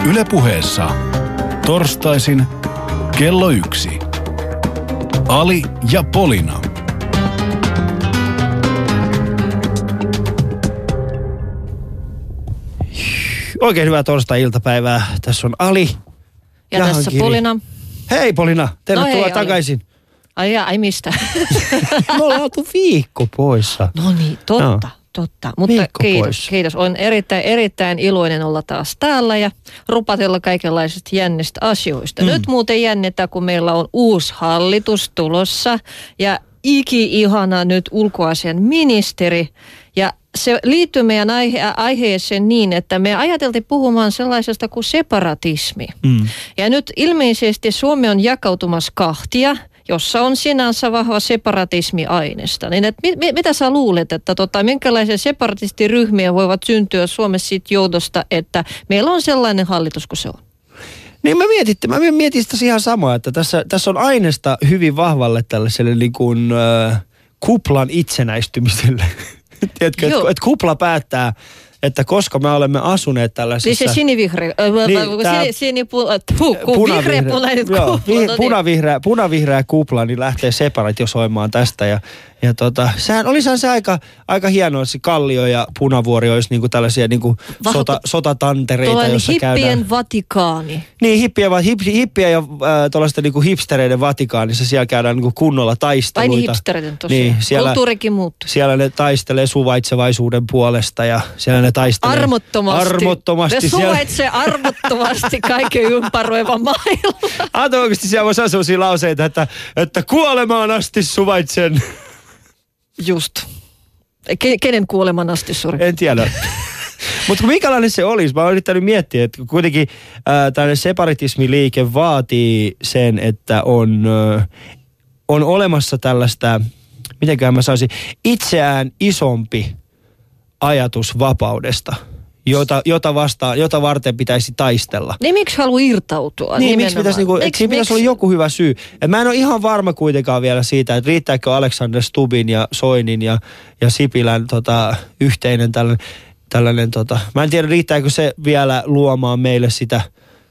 Yle Puheessa. Torstaisin kello 1. Ali ja Polina. Oikein hyvää torstai-iltapäivää. Tässä on Ali. Ja tässä Polina. Hei Polina, tervetuloa takaisin. Ai mistä? Me ollaan oltu viikko poissa. No niin, totta. Mutta kiitos. Olen erittäin iloinen olla taas täällä ja rupatella kaikenlaisista jännistä asioista. Nyt muuten jännitä, kun meillä on uusi hallitus tulossa ja ihana nyt ulkoasian ministeri. Ja se liittyy meidän aiheeseen niin, että me ajateltiin puhumaan sellaisesta kuin separatismi. Ja nyt ilmeisesti Suomi on jakautumassa kahtia, jossa on sinänsä vahva separatismi-aineesta. Niin mitä sä luulet, että minkälaisia separatistiryhmiä voivat syntyä Suomessa siitä johdosta, että meillä on sellainen hallitus kuin se on? Niin mä mietin sitä ihan samaa, että tässä on aineesta hyvin vahvalle tällaiselle niin kuin kuplan itsenäistymiselle. Tiedätkö, että kupla päättää, että koska me olemme asuneet tällaisessa... Siis se sinivihreä, punavihreä kupla, niin lähtee separatisoimaan tästä. Ja sehän olisi se aika hienoa, että Kallio ja Punavuori olisi niinku tällaisia niinku sotatantereita, jossa käydään... hippien Vatikaani. Niin, hippiä ja tuollaista niinku hipstereiden Vatikaanissa siellä käydään niinku kunnolla taisteluita. Ai niin, hipstereiden tosiaan. Niin, kulttuurikin muuttuu. Siellä ne taistelee suvaitsevaisuuden puolesta ja siellä ne taistelee... Armottomasti. Ne suvaitsee armottomasti kaiken ympäröivän maailman. Oikeasti siellä voisi olla sellaisia lauseita, että kuolemaan asti suvaitsen... Just. Kenen kuoleman asti, sori? En tiedä. Mutta minkälainen se olisi? Mä oon yrittänyt miettiä, että kuitenkin tällainen separatismiliike vaatii sen, että on olemassa tällaista, mitenköhän mä sanoisin, itseään isompi ajatus vapaudesta, jota varten pitäisi taistella. Niin miksi haluaa irtautua? Niin, miksi pitäisi olla joku hyvä syy? Et mä en ole ihan varma kuitenkaan vielä siitä, että riittääkö Alexander Stubbin ja Soinin ja Sipilän yhteinen tällainen mä en tiedä, riittääkö se vielä luomaan meille sitä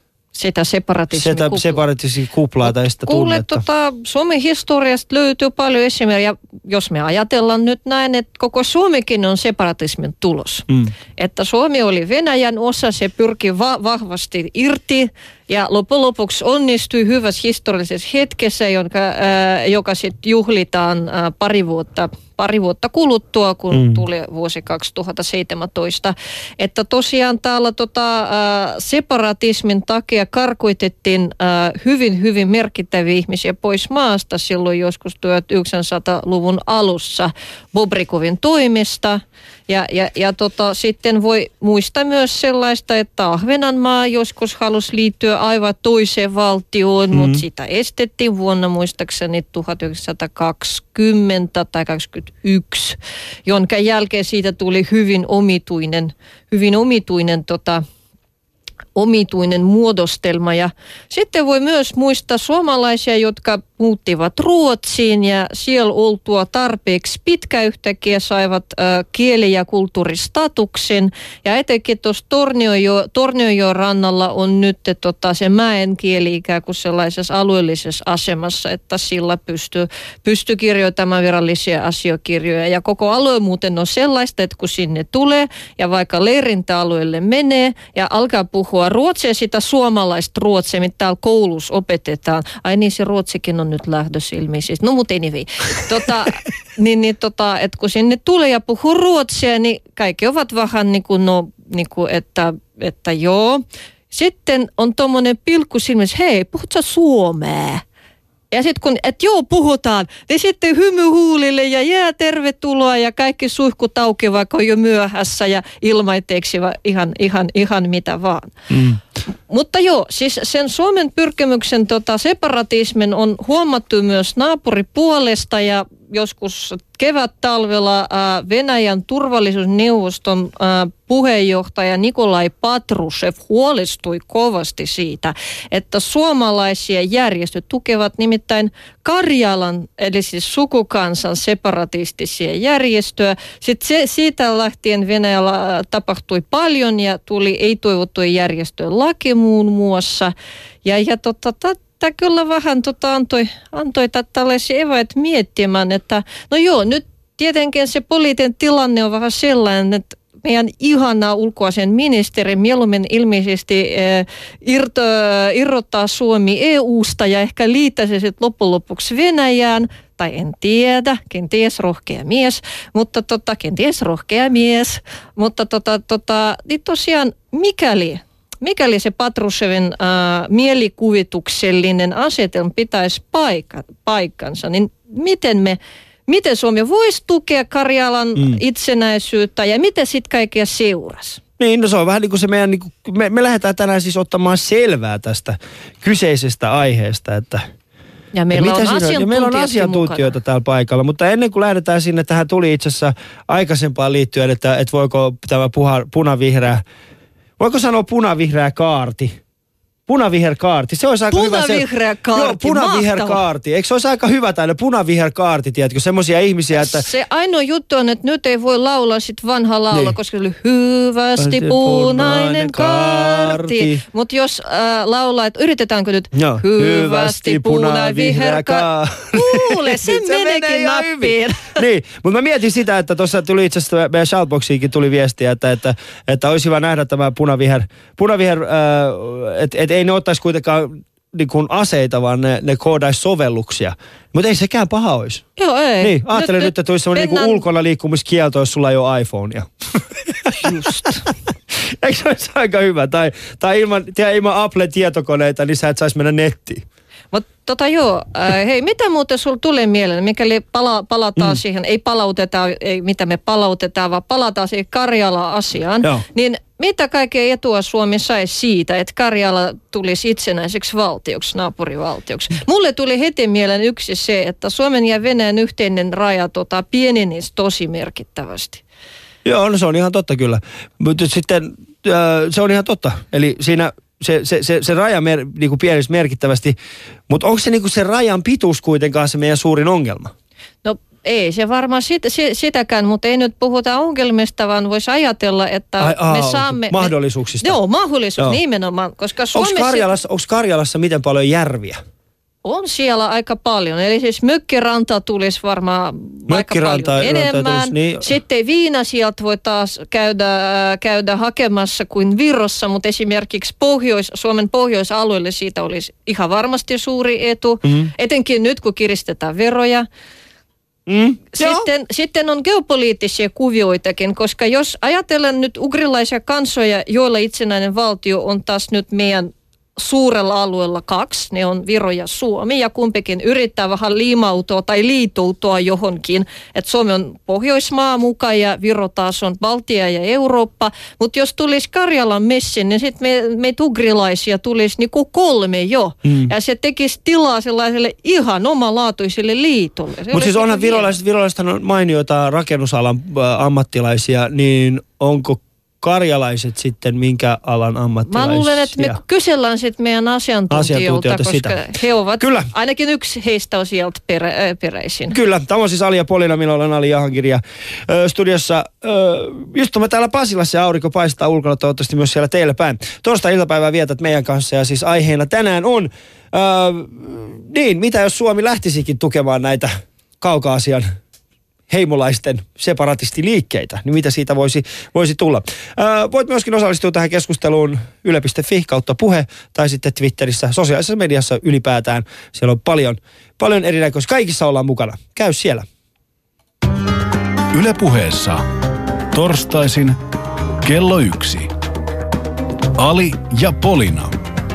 separatismikuplaa tai sitä tunnetta. Suomen historiasta löytyy paljon esimerkkejä, jos me ajatellaan nyt näin, että koko Suomikin on separatismin tulos. Että Suomi oli Venäjän osa, se pyrki vahvasti irti ja loppujen lopuksi onnistui hyvässä historiallisessa hetkessä, joka sitten juhlitaan pari vuotta kuluttua, kun tuli vuosi 2017. Että tosiaan täällä separatismin takia karkoitettiin hyvin merkittäviä ihmisiä pois maasta silloin joskus 1900-luvun alussa Bobrikovin toimesta. Ja sitten voi muistaa myös sellaista, että Ahvenanmaa joskus halusi liittyä aivan toiseen valtioon, mutta sitä estettiin vuonna muistaakseni 1920 tai 1921, jonka jälkeen siitä tuli hyvin omituinen muodostelma. Ja sitten voi myös muistaa suomalaisia, jotka muuttivat Ruotsiin ja siellä oltua tarpeeksi pitkä yhtäkkiä saivat kieli- ja kulttuuristatuksen. Ja etenkin tuossa Tornionjoen rannalla on nyt se mäen kieli ikään kuin sellaisessa alueellisessa asemassa, että sillä pystyy kirjoittamaan virallisia asiakirjoja. Ja koko alue muuten on sellaista, että kun sinne tulee ja vaikka leirintäalueelle menee ja alkaa puhua ruotsia, sitä suomalaista ruotsia, mitä täällä koulussa opetetaan. Ai niin, se ruotsikin on nyt lähdössä ilmeisesti. No mutta anyway. Että kun sinne tulee ja puhuu ruotsia, niin kaikki ovat vähän että joo. Sitten on tommonen pilkku silmissä, hei, puhut sä suomea? Ja sitten kun, että joo, puhutaan, niin sitten hymy huulille ja tervetuloa ja kaikki suihkut auki, vaikka on jo myöhässä ja ilmaiteeksi ihan mitä vaan. Mutta joo, siis sen Suomen pyrkimyksen separatismin on huomattu myös naapuripuolesta ja joskus kevättalvella Venäjän turvallisuusneuvoston puheenjohtaja Nikolai Patrushev huolestui kovasti siitä, että suomalaisia järjestöt tukevat nimittäin Karjalan, eli siis sukukansan separatistisia järjestöjä. Sitten siitä lähtien Venäjällä tapahtui paljon ja tuli ei-toivottujen järjestöjen laki muun muassa. Tämä kyllä vähän antoi tällaisia eväitä miettimään, että no joo, nyt tietenkin se poliittinen tilanne on vähän sellainen, että meidän ihana ulkoasian ministeri mieluummin ilmeisesti irrottaa Suomi EUsta ja ehkä liittää se sitten loppujen lopuksi Venäjään, tai en tiedä, kenties rohkea mies, mutta niin tosiaan mikäli se Patrushevin mielikuvituksellinen asetelma pitäisi paikkansa, niin miten Suomi voisi tukea Karjalan itsenäisyyttä ja miten sitten kaikkea seurasi? Niin, no se on vähän niin kuin se meidän, niin kuin, me lähdetään tänään siis ottamaan selvää tästä kyseisestä aiheesta, että ja meillä on asiantuntijoita täällä paikalla, mutta ennen kuin lähdetään sinne, tähän tuli itse asiassa aikaisempaan liittyen, että voiko tämä punavihreä, voiko sanoa punavihreä kaarti? Punaviher kaarti, se olisi aika hyvä. Punavihreä kaarti, joo, punaviher kaarti. Eikö se olisi aika hyvä tälle punaviher kaarti, tiedätkö, semmoisia ihmisiä, että se ainoa juttu on, että nyt ei voi laulaa sit vanha laula, niin. Koska se oli hyvästi punainen kaarti. Mutta jos laulaa, että yritetäänkö nyt hyvästi punaviher kaarti. Kuule, se meneekin nappiin. Niin, mutta mä mietin sitä, että tuossa tuli itse asiassa meidän shoutboxiinkin tuli viestiä, että olisi hyvä nähdä tämä punaviher että ei ne ottaisi kuitenkaan niin kuin aseita, vaan ne koodaisi sovelluksia. Mutta ei sekään paha olisi. Joo, ei. Niin, ajattelen nyt, että tulisi semmoinen niin ulkona liikkumiskielto, jos sulla ei ole iPhonea. Just. Eikö se olisi aika hyvä? Tai ilman Apple-tietokoneita, niin sä et saisi mennä nettiin. Mutta hei, mitä muuten sulla tulee mieleen, mikäli palataan siihen, ei mitä me palautetaan, vaan palataan siihen Karjala-asiaan, niin mitä kaikkea etua Suomi sai siitä, että Karjala tulisi itsenäiseksi valtioksi, naapurivaltioksi? Mulle tuli heti mieleen yksi se, että Suomen ja Venäjän yhteinen raja pienenisi tosi merkittävästi. Joo, no se on ihan totta kyllä. Mutta sitten se on ihan totta. Eli siinä se raja niinku pienisi merkittävästi, mutta onko se niinku se rajan pituus kuitenkaan se meidän suurin ongelma? No ei se varmaan sitäkään, mutta ei nyt puhuta ongelmista, vaan voisi ajatella, että me saamme mahdollisuuksista. Joo, nimenomaan, koska Suomessa onko Karjalassa miten paljon järviä? On siellä aika paljon. Eli siis mökkiranta tulisi varmaan aika paljon enemmän. Niin. Sitten viina sieltä voi taas käydä hakemassa kuin Virossa, mutta esimerkiksi Suomen pohjoisalueelle siitä olisi ihan varmasti suuri etu. Etenkin nyt, kun kiristetään veroja. Sitten on geopoliittisia kuvioitakin, koska jos ajatellaan nyt ugrilaisia kansoja, joilla itsenäinen valtio on taas nyt meidän suurella alueella 2, ne on Viro ja Suomi, ja kumpikin yrittää vähän liimautua tai liitoutua johonkin. Että Suomi on Pohjoismaa mukaan ja Viro taas on Baltia ja Eurooppa, mutta jos tulisi Karjalan messi, niin sitten meitä ugrilaisia tulisi niinku 3 jo. Ja se tekisi tilaa sellaiselle ihan omalaatuiselle liitolle. Mutta siis onhan virolaiset on mainioita rakennusalan ammattilaisia, niin onko karjalaiset sitten minkä alan ammattilaisia? Mä luulen, että me kysellään sitten meidän asiantuntijoilta, koska sitä. He ovat, kyllä. Ainakin yksi heistä on sieltä peräisin. Kyllä, tämä on siis Ali ja Polina, minä olen Ali Jahangiri ja studiossa, just mä täällä Pasilassa ja aurinko paistaa ulkona, toivottavasti myös siellä teillä päin. Torstai-iltapäivää vietät meidän kanssa ja siis aiheena tänään on, mitä jos Suomi lähtisikin tukemaan näitä Kaukaasian heimolaisten separatistiliikkeitä, niin mitä siitä voisi tulla. Voit myöskin osallistua tähän keskusteluun yle.fi/puhe tai sitten Twitterissä, sosiaalisessa mediassa ylipäätään. Siellä on paljon erinäköistä. Kaikissa ollaan mukana. Käy siellä. Yle Puheessa torstaisin kello 1. Ali ja Polina.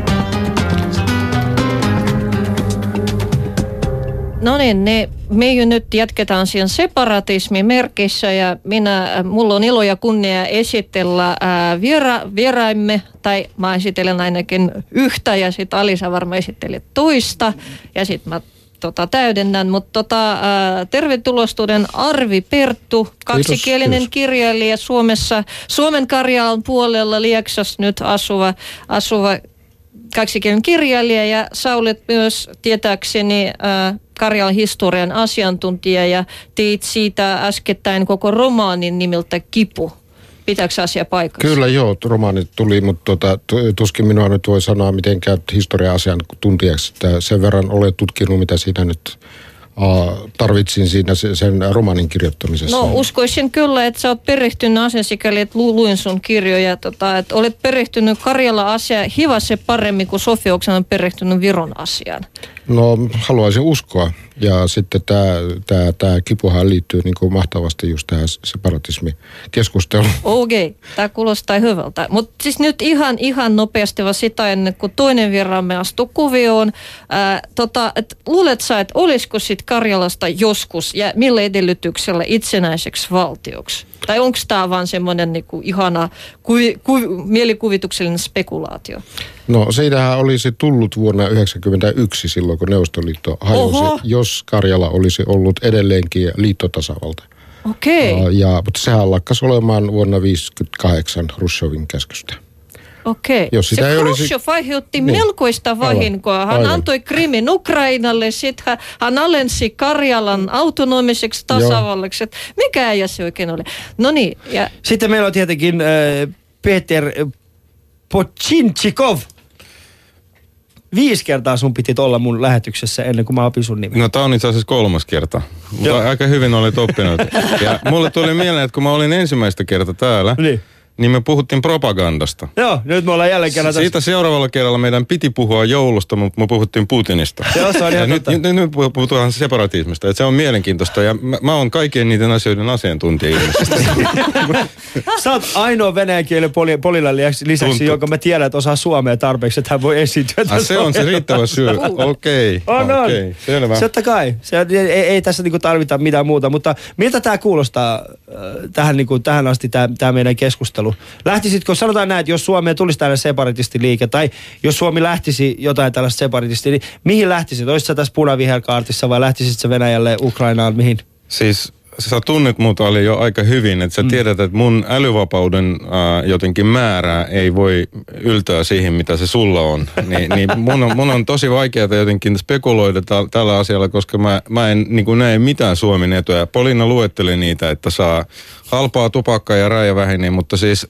No niin, me jo nyt jatketaan siinä separatismin merkissä ja mulla on ilo ja kunnia esitellä vieraimme, tai mä esittelen ainakin yhtä ja sitten Alisa varmaan esittelee toista ja sitten mä täydennän, mutta tervetuloa studien Arvi Perttu, kaksikielinen kirjailija Suomessa, Suomen-Karjalan puolella Lieksassa nyt asuva kaksikielinen kirjailija, ja sä olet myös tietääkseni Karjalan historian asiantuntija ja teit siitä äskettäin koko romaanin nimeltä Kipu. Pitääkö asia paikassa? Kyllä joo, romaani tuli, mutta tuskin minua nyt voi sanoa mitenkään historia-asiantuntijaksi. Sen verran olen tutkinut, mitä siinä nyt tarvitsin siinä sen romaanin kirjoittamisessa. No uskoisin kyllä, että sä oot perehtynyt asiaan sikäli, että luin sun kirjoja, että olet perehtynyt Karjala-asiaan hivase paremmin kuin Sofia Oksanen on perehtynyt Viron asiaan. No haluaisin uskoa. Ja sitten tämä kipuhan liittyy niin kuin mahtavasti just tähän separatismikeskusteluun. Okei, tämä kuulostaa hyvältä. Mutta siis nyt ihan nopeasti vaan sitä ennen kuin toinen vieraamme astuu kuvioon. Luulet sä, että olisiko sitten Karjalasta joskus ja millä edellytyksellä itsenäiseksi valtioksi? Tai onko tämä vaan semmoinen niinku ihana mielikuvituksellinen spekulaatio? No siitähän olisi tullut vuonna 1991 silloin, kun Neuvostoliitto hajosi, jos Karjala olisi ollut edelleenkin liittotasavalta. Okei. Mutta sehän lakkasi olemaan vuonna 1958 Hruščovin käskystä. Okei. Se Hruščov aiheutti melkoista vahinkoa. Hän antoi Krimin Ukrainalle, sitten hän alensi Karjalan autonomiseksi tasavallaksi. Mikä äijä se oikein oli? No niin. Ja sitten meillä on tietenkin Peter Pochinchikov. 5 kertaa sun piti olla mun lähetyksessä ennen kuin mä opin sun nimi. No tää on itse asiassa 3. kerta. Mutta aika hyvin olet oppinut. Ja mulle tuli mieleen, että kun mä olin ensimmäistä kertaa täällä, niin me puhuttiin propagandasta. Joo, nyt me ollaan jälleen kerran siitä seuraavalla kerralla meidän piti puhua joulusta, mutta me puhuttiin Putinista. Joo, se on ihan totta. Nyt puhutaan separatismista, että se on mielenkiintoista ja mä oon kaikkien niiden asioiden asiantuntija ilmeisesti. Sä oot ainoa venäjän kielen Polilan lisäksi, jonka mä tiedän, että osaa suomea tarpeeksi, että hän voi esiintyä. Se on se riittävä syy. Okei. Selvä. Totta kai. Ei tässä niinku tarvita mitään muuta, mutta miltä tää kuulostaa tähän asti tää meidän keskustelu? Lähtisitkö, sanotaan näin, että jos Suomeen tulisi tällainen separatistiliike, tai jos Suomi lähtisi jotain tällaista separatistia, niin mihin lähtisit? Olisitko sä tässä punaviherkaartissa vai lähtisit sä Venäjälle, Ukrainaan, mihin? Siis sä tunnet mut Ali jo aika hyvin, että sä tiedät, että mun älyvapauden jotenkin määrää ei voi yltää siihen, mitä se sulla on. Niin mun on tosi vaikeaa jotenkin spekuloida tällä asialla, koska mä en niin kuin näe mitään Suomen etuja. Polina luetteli niitä, että saa halpaa tupakkaa ja rajaväheniä, mutta siis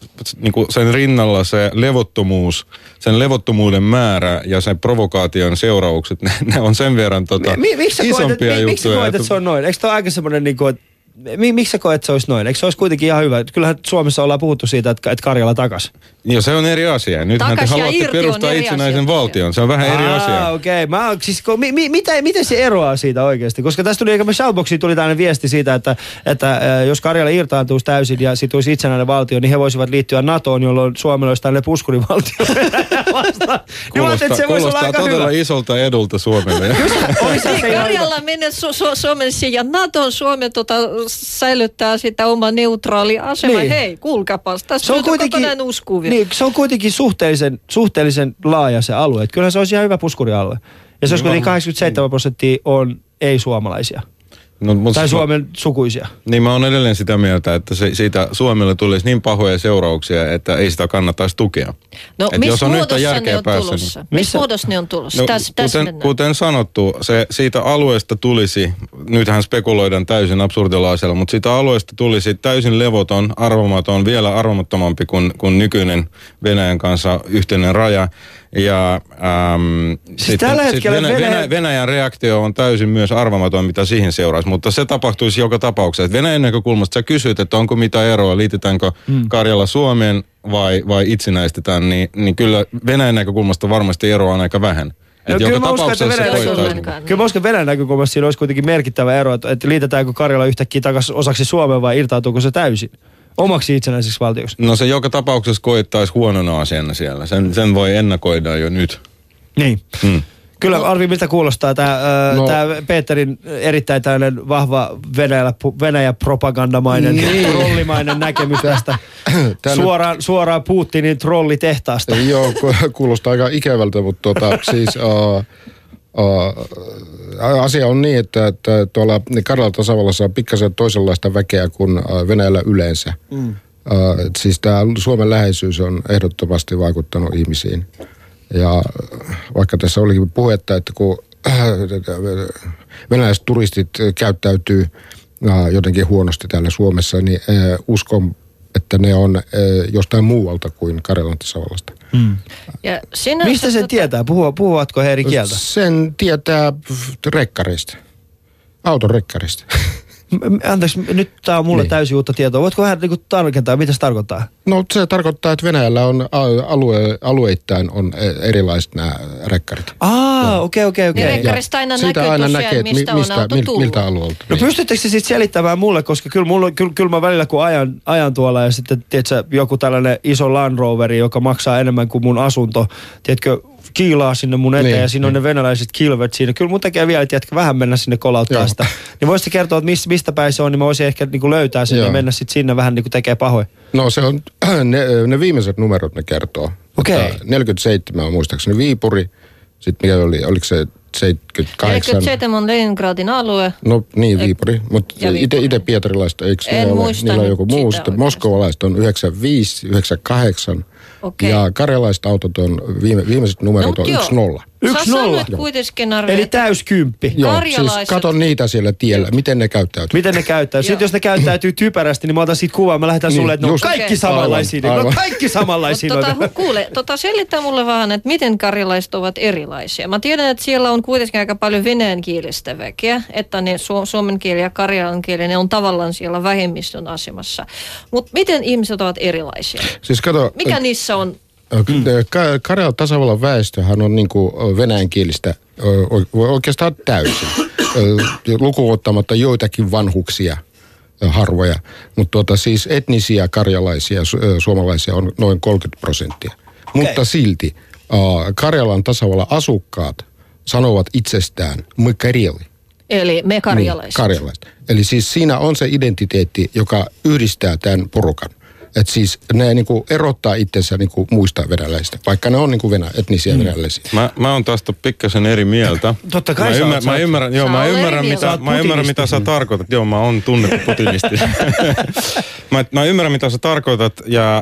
sen rinnalla se levottomuus, sen levottomuuden määrä ja sen provokaation seuraukset, ne on sen verran isompia juttuja. Miksi koet, että se on noin? Eikö tämä aika semmoinen niinku, miksi sä koet, että se olisi noin? Eikö se olisi kuitenkin ihan hyvä? Kyllähän Suomessa ollaan puhuttu siitä, että Karjala takas. Joo, se on eri asia. Nythän te haluatte perustaa itsenäisen valtion. Se on vähän eri asia. Okei. Siis, miten se eroaa siitä oikeasti? Koska tässä tuli, eikä Shoutboxiin tuli tällainen viesti siitä, että jos Karjala irtaantuisi täysin ja sit olisi itsenäinen valtio, niin he voisivat liittyä NATOon, jolloin Suomella olisi tällainen puskurivaltio vastaan. Kuulostaa todella isolta edulta Suomelle. Karjala menee Suomen sijaan NATOon, Suomen säilyttää sitä oma neutraali asema. Niin. Hei, kuulkapas, tässä on kokonaan uusi kuvio. Niin, se on kuitenkin suhteellisen laaja se alue. Että kyllähän se olisi ihan hyvä puskurialue. Ja se olisi kuitenkin 87% on ei-suomalaisia. Tai Suomen sukuisia. Niin mä oon edelleen sitä mieltä, että siitä Suomelle tulisi niin pahoja seurauksia, että ei sitä kannattaisi tukea. No missä muodossa ne on tulossa? Missä muodossa ne on tulossa? Kuten sanottu, siitä alueesta tulisi, nythän spekuloidaan täysin absurdilla asialla, mutta siitä alueesta tulisi täysin levoton, arvomaton, vielä arvomattomampi kuin nykyinen Venäjän kanssa yhteinen raja. Ja Venäjän reaktio on täysin myös arvamaton, mitä siihen seuraisi, mutta se tapahtuisi joka tapauksessa. Venäjän näkökulmasta sä kysyt, että onko mitä eroa, liitetäänkö Karjala Suomeen vai itsenäistetään, niin kyllä Venäjän näkökulmasta varmasti eroa on aika vähän. Kyllä mä uskon, että Venäjän näkökulmasta siinä olisi kuitenkin merkittävä ero, että liitetäänkö Karjala yhtäkkiä takaisin osaksi Suomeen vai irtautuuko se täysin omaksi itsenäiseksi valtioksi? No se joka tapauksessa koettaisi huonona asiana siellä. Sen voi ennakoida jo nyt. Niin. Kyllä, Arvi, miltä kuulostaa tämä Peterin erittäin tällainen vahva Venäjä-propagandamainen, trollimainen näkemys tästä suoraan Putinin trollitehtaasta. Joo, kuulostaa aika ikävältä, mutta siis Asia on niin, että tuolla Karjalan tasavallassa on pikkasen toisenlaista väkeä kuin Venäjällä yleensä. Siis tämä Suomen läheisyys on ehdottomasti vaikuttanut ihmisiin. Ja vaikka tässä olikin puhetta, että kun venäläiset turistit käyttäytyy jotenkin huonosti täällä Suomessa, niin uskon, että ne on jostain muualta kuin Karjalan tasavallasta. Ja mistä sen tietää? Puhuvatko he eri kieltä? Sen tietää rekkarista. Auton rekkarista. Anteeksi, nyt tämä on mulle täysin uutta tietoa. Voitko vähän niin kuin tarkentaa, mitä se tarkoittaa? No se tarkoittaa, että Venäjällä on alueittain on erilaiset nämä rekkarit. Okei. Niin rekkarista aina näkyy aina tosiaan, näkee, mistä on auto tullut. miltä alueelta. No pystyttekö se sitten selittämään mulle, koska kyllä mä välillä kun ajan tuolla ja sitten tiedätkö, joku tällainen iso Land Roveri, joka maksaa enemmän kuin mun asunto, tiedätkö, kiilaa sinne mun eteen ja siinä on ne venäläiset kilvet siinä. Kyllä mun tekee vielä, tiedätkö, vähän mennä sinne kolauttaa sitä. Niin voisitte kertoa, että mistä päin se on, niin mä voisin ehkä niin kuin löytää sen ja mennä sitten sinne vähän niin kuin tekee pahoin. No se on, ne viimeiset numerot ne kertoo. Okei. 47 on muistaakseni Viipuri, sitten mikä oliko se 78? 47 on Leningradin alue. No niin, Viipuri, mutta itse pietarilaista, eikö niillä on joku muu? Sitten moskovalaista on 95, 98. Okay. Ja karjalaiset autot on, viimeiset numerot on 1-0. 1-0? Sanoit kuitenkin arvioita. Eli täyskymppi. Joo, siis kato niitä siellä tiellä, miten ne käyttäytyy. Sitten jos ne käyttäytyy typerästi, niin mä otan siitä kuvaa, mä lähetän sulle, että ne on kaikki samanlaisia. Ne on kaikki samanlaisia. Kuule, selittää mulle vähän, että miten karjalaiset ovat erilaisia. Mä tiedän, että siellä on kuitenkin aika paljon venäjänkielistä väkeä, että ne suomen kieli ja karjalan kieli, ne on tavallaan siellä vähemmistön asemassa. Mutta miten ihmiset ovat erilaisia? Siis kato, mikä niissä on? Karjalan tasavallan väestöhän on niin kuin venäjänkielistä oikeastaan täysin, lukuun ottamatta joitakin vanhuksia, harvoja, mutta siis etnisiä karjalaisia suomalaisia on noin 30%. Okay. Mutta silti Karjalan tasavallan asukkaat sanovat itsestään me karjali. Eli me karjalaiset. Niin, karjalaiset. Eli siis siinä on se identiteetti, joka yhdistää tämän porukan. Että siis ne niinku erottaa itsensä niinku muista venäläisistä, vaikka ne on niinku etnisiä venäläisiä. Mä oon tästä pikkasen eri mieltä. Totta kai mä ymmärrän mitä sä tarkoitat. Joo, mä oon tunnettu putinisti. mä ymmärrän mitä sä tarkoitat,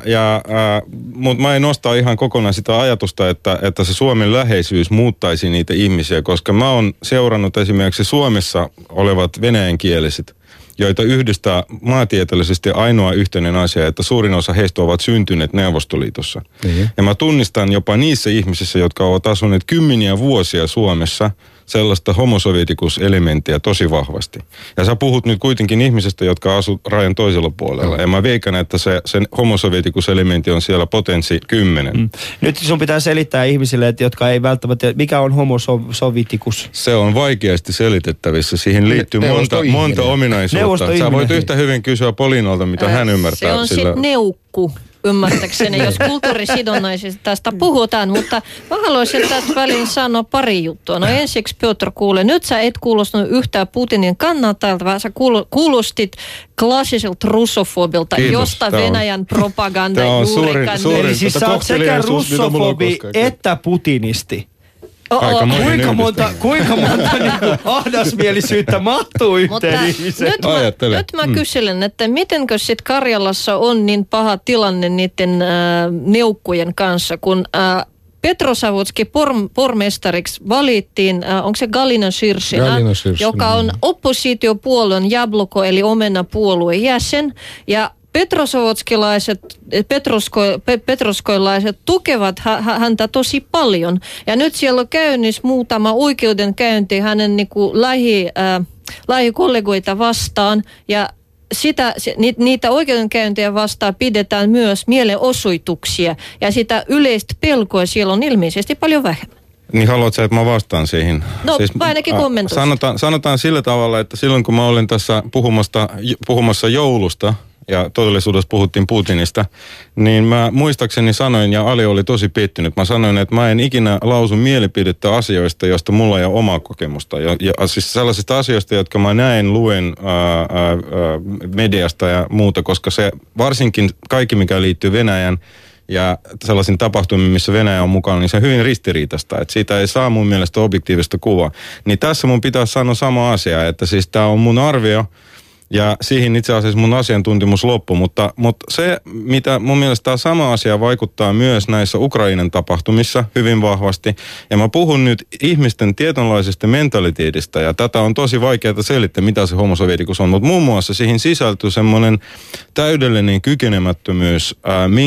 mutta mä en nosta ihan kokonaan sitä ajatusta, että se Suomen läheisyys muuttaisi niitä ihmisiä, koska mä oon seurannut esimerkiksi Suomessa olevat venäjänkieliset, joita yhdistää maantieteellisesti ainoa yhteinen asia, että suurin osa heistä ovat syntyneet Neuvostoliitossa. Mm-hmm. Ja mä tunnistan jopa niissä ihmisissä, jotka ovat asuneet kymmeniä vuosia Suomessa, sellaista homosovietikus-elementtiä tosi vahvasti. Ja sä puhut nyt kuitenkin ihmisestä, jotka asuu rajan toisella puolella. Ja mä veikän, että se homosovietikus-elementti on siellä potenssi 10. Nyt sun pitää selittää ihmisille, että jotka ei välttämättä, mikä on homosovietikus? Se on vaikeasti selitettävissä. Siihen liittyy monta ominaisuutta. Sä voit yhtä hyvin kysyä Polinalta, mitä hän ymmärtää. Se on sitten neukku. Ymmärtääkseni, jos kulttuurisidonnaisista tästä puhutaan, mutta mä haluaisin tästä välin sanoa pari juttua. No ensiksi, Piotr, kuule, nyt sä et kuulostanut yhtään Putinin kannattajalta, vaan sä kuulostit klassiselta russofobilta, josta Venäjän propaganda juurikaan. Eli siis sä oot sekä russofobi että putinisti. Kuinka monta niin ahdasmielisyyttä mahtuu yhteen ihmiseen? Nyt mä kyselen, että mitenkö sitten Karjalassa on niin paha tilanne niiden neukkujen kanssa, kun Petrosavodski pormestariksi valittiin, onko se Galina Syrshina, joka on oppositiopuolueen Jabloko eli Omena-puolueen jäsen, ja petroskoilaiset tukevat häntä tosi paljon. Ja nyt siellä on käynnissä muutama oikeudenkäynti hänen niinku lähikollegoita vastaan. Ja niitä oikeudenkäyntejä vastaan pidetään myös mielenosoituksia. Ja sitä yleistä pelkoa siellä on ilmeisesti paljon vähemmän. Niin haluatko, että mä vastaan siihen? No siis, ainakin kommentoisi. Sanotaan sillä tavalla, että silloin kun mä olin tässä puhumassa joulusta, ja todellisuudessa puhuttiin Putinista, niin mä muistaakseni sanoin, ja Ali oli tosi pettynyt, mä sanoin, että mä en ikinä lausu mielipidettä asioista, joista mulla ei ole omaa kokemusta. Ja siis sellaisista asioista, jotka mä näen, luen mediasta ja muuta, koska se varsinkin kaikki, mikä liittyy Venäjän ja sellaisiin tapahtumiin, missä Venäjä on mukana, niin se on hyvin ristiriitaista. Että siitä ei saa mun mielestä objektiivista kuvaa. Niin tässä mun pitää sanoa sama asia, että siis tämä on mun arvio, ja siihen itse asiassa mun asiantuntemus loppui, mutta se, mitä mun mielestä tämä sama asia vaikuttaa myös näissä Ukrainan tapahtumissa hyvin vahvasti. Ja mä puhun nyt ihmisten tietynlaisesta mentaliteetista, ja tätä on tosi vaikeaa selittää, mitä se Homo sovieticus on. Mutta muun muassa siihen sisältyy semmoinen täydellinen kykenemättömyys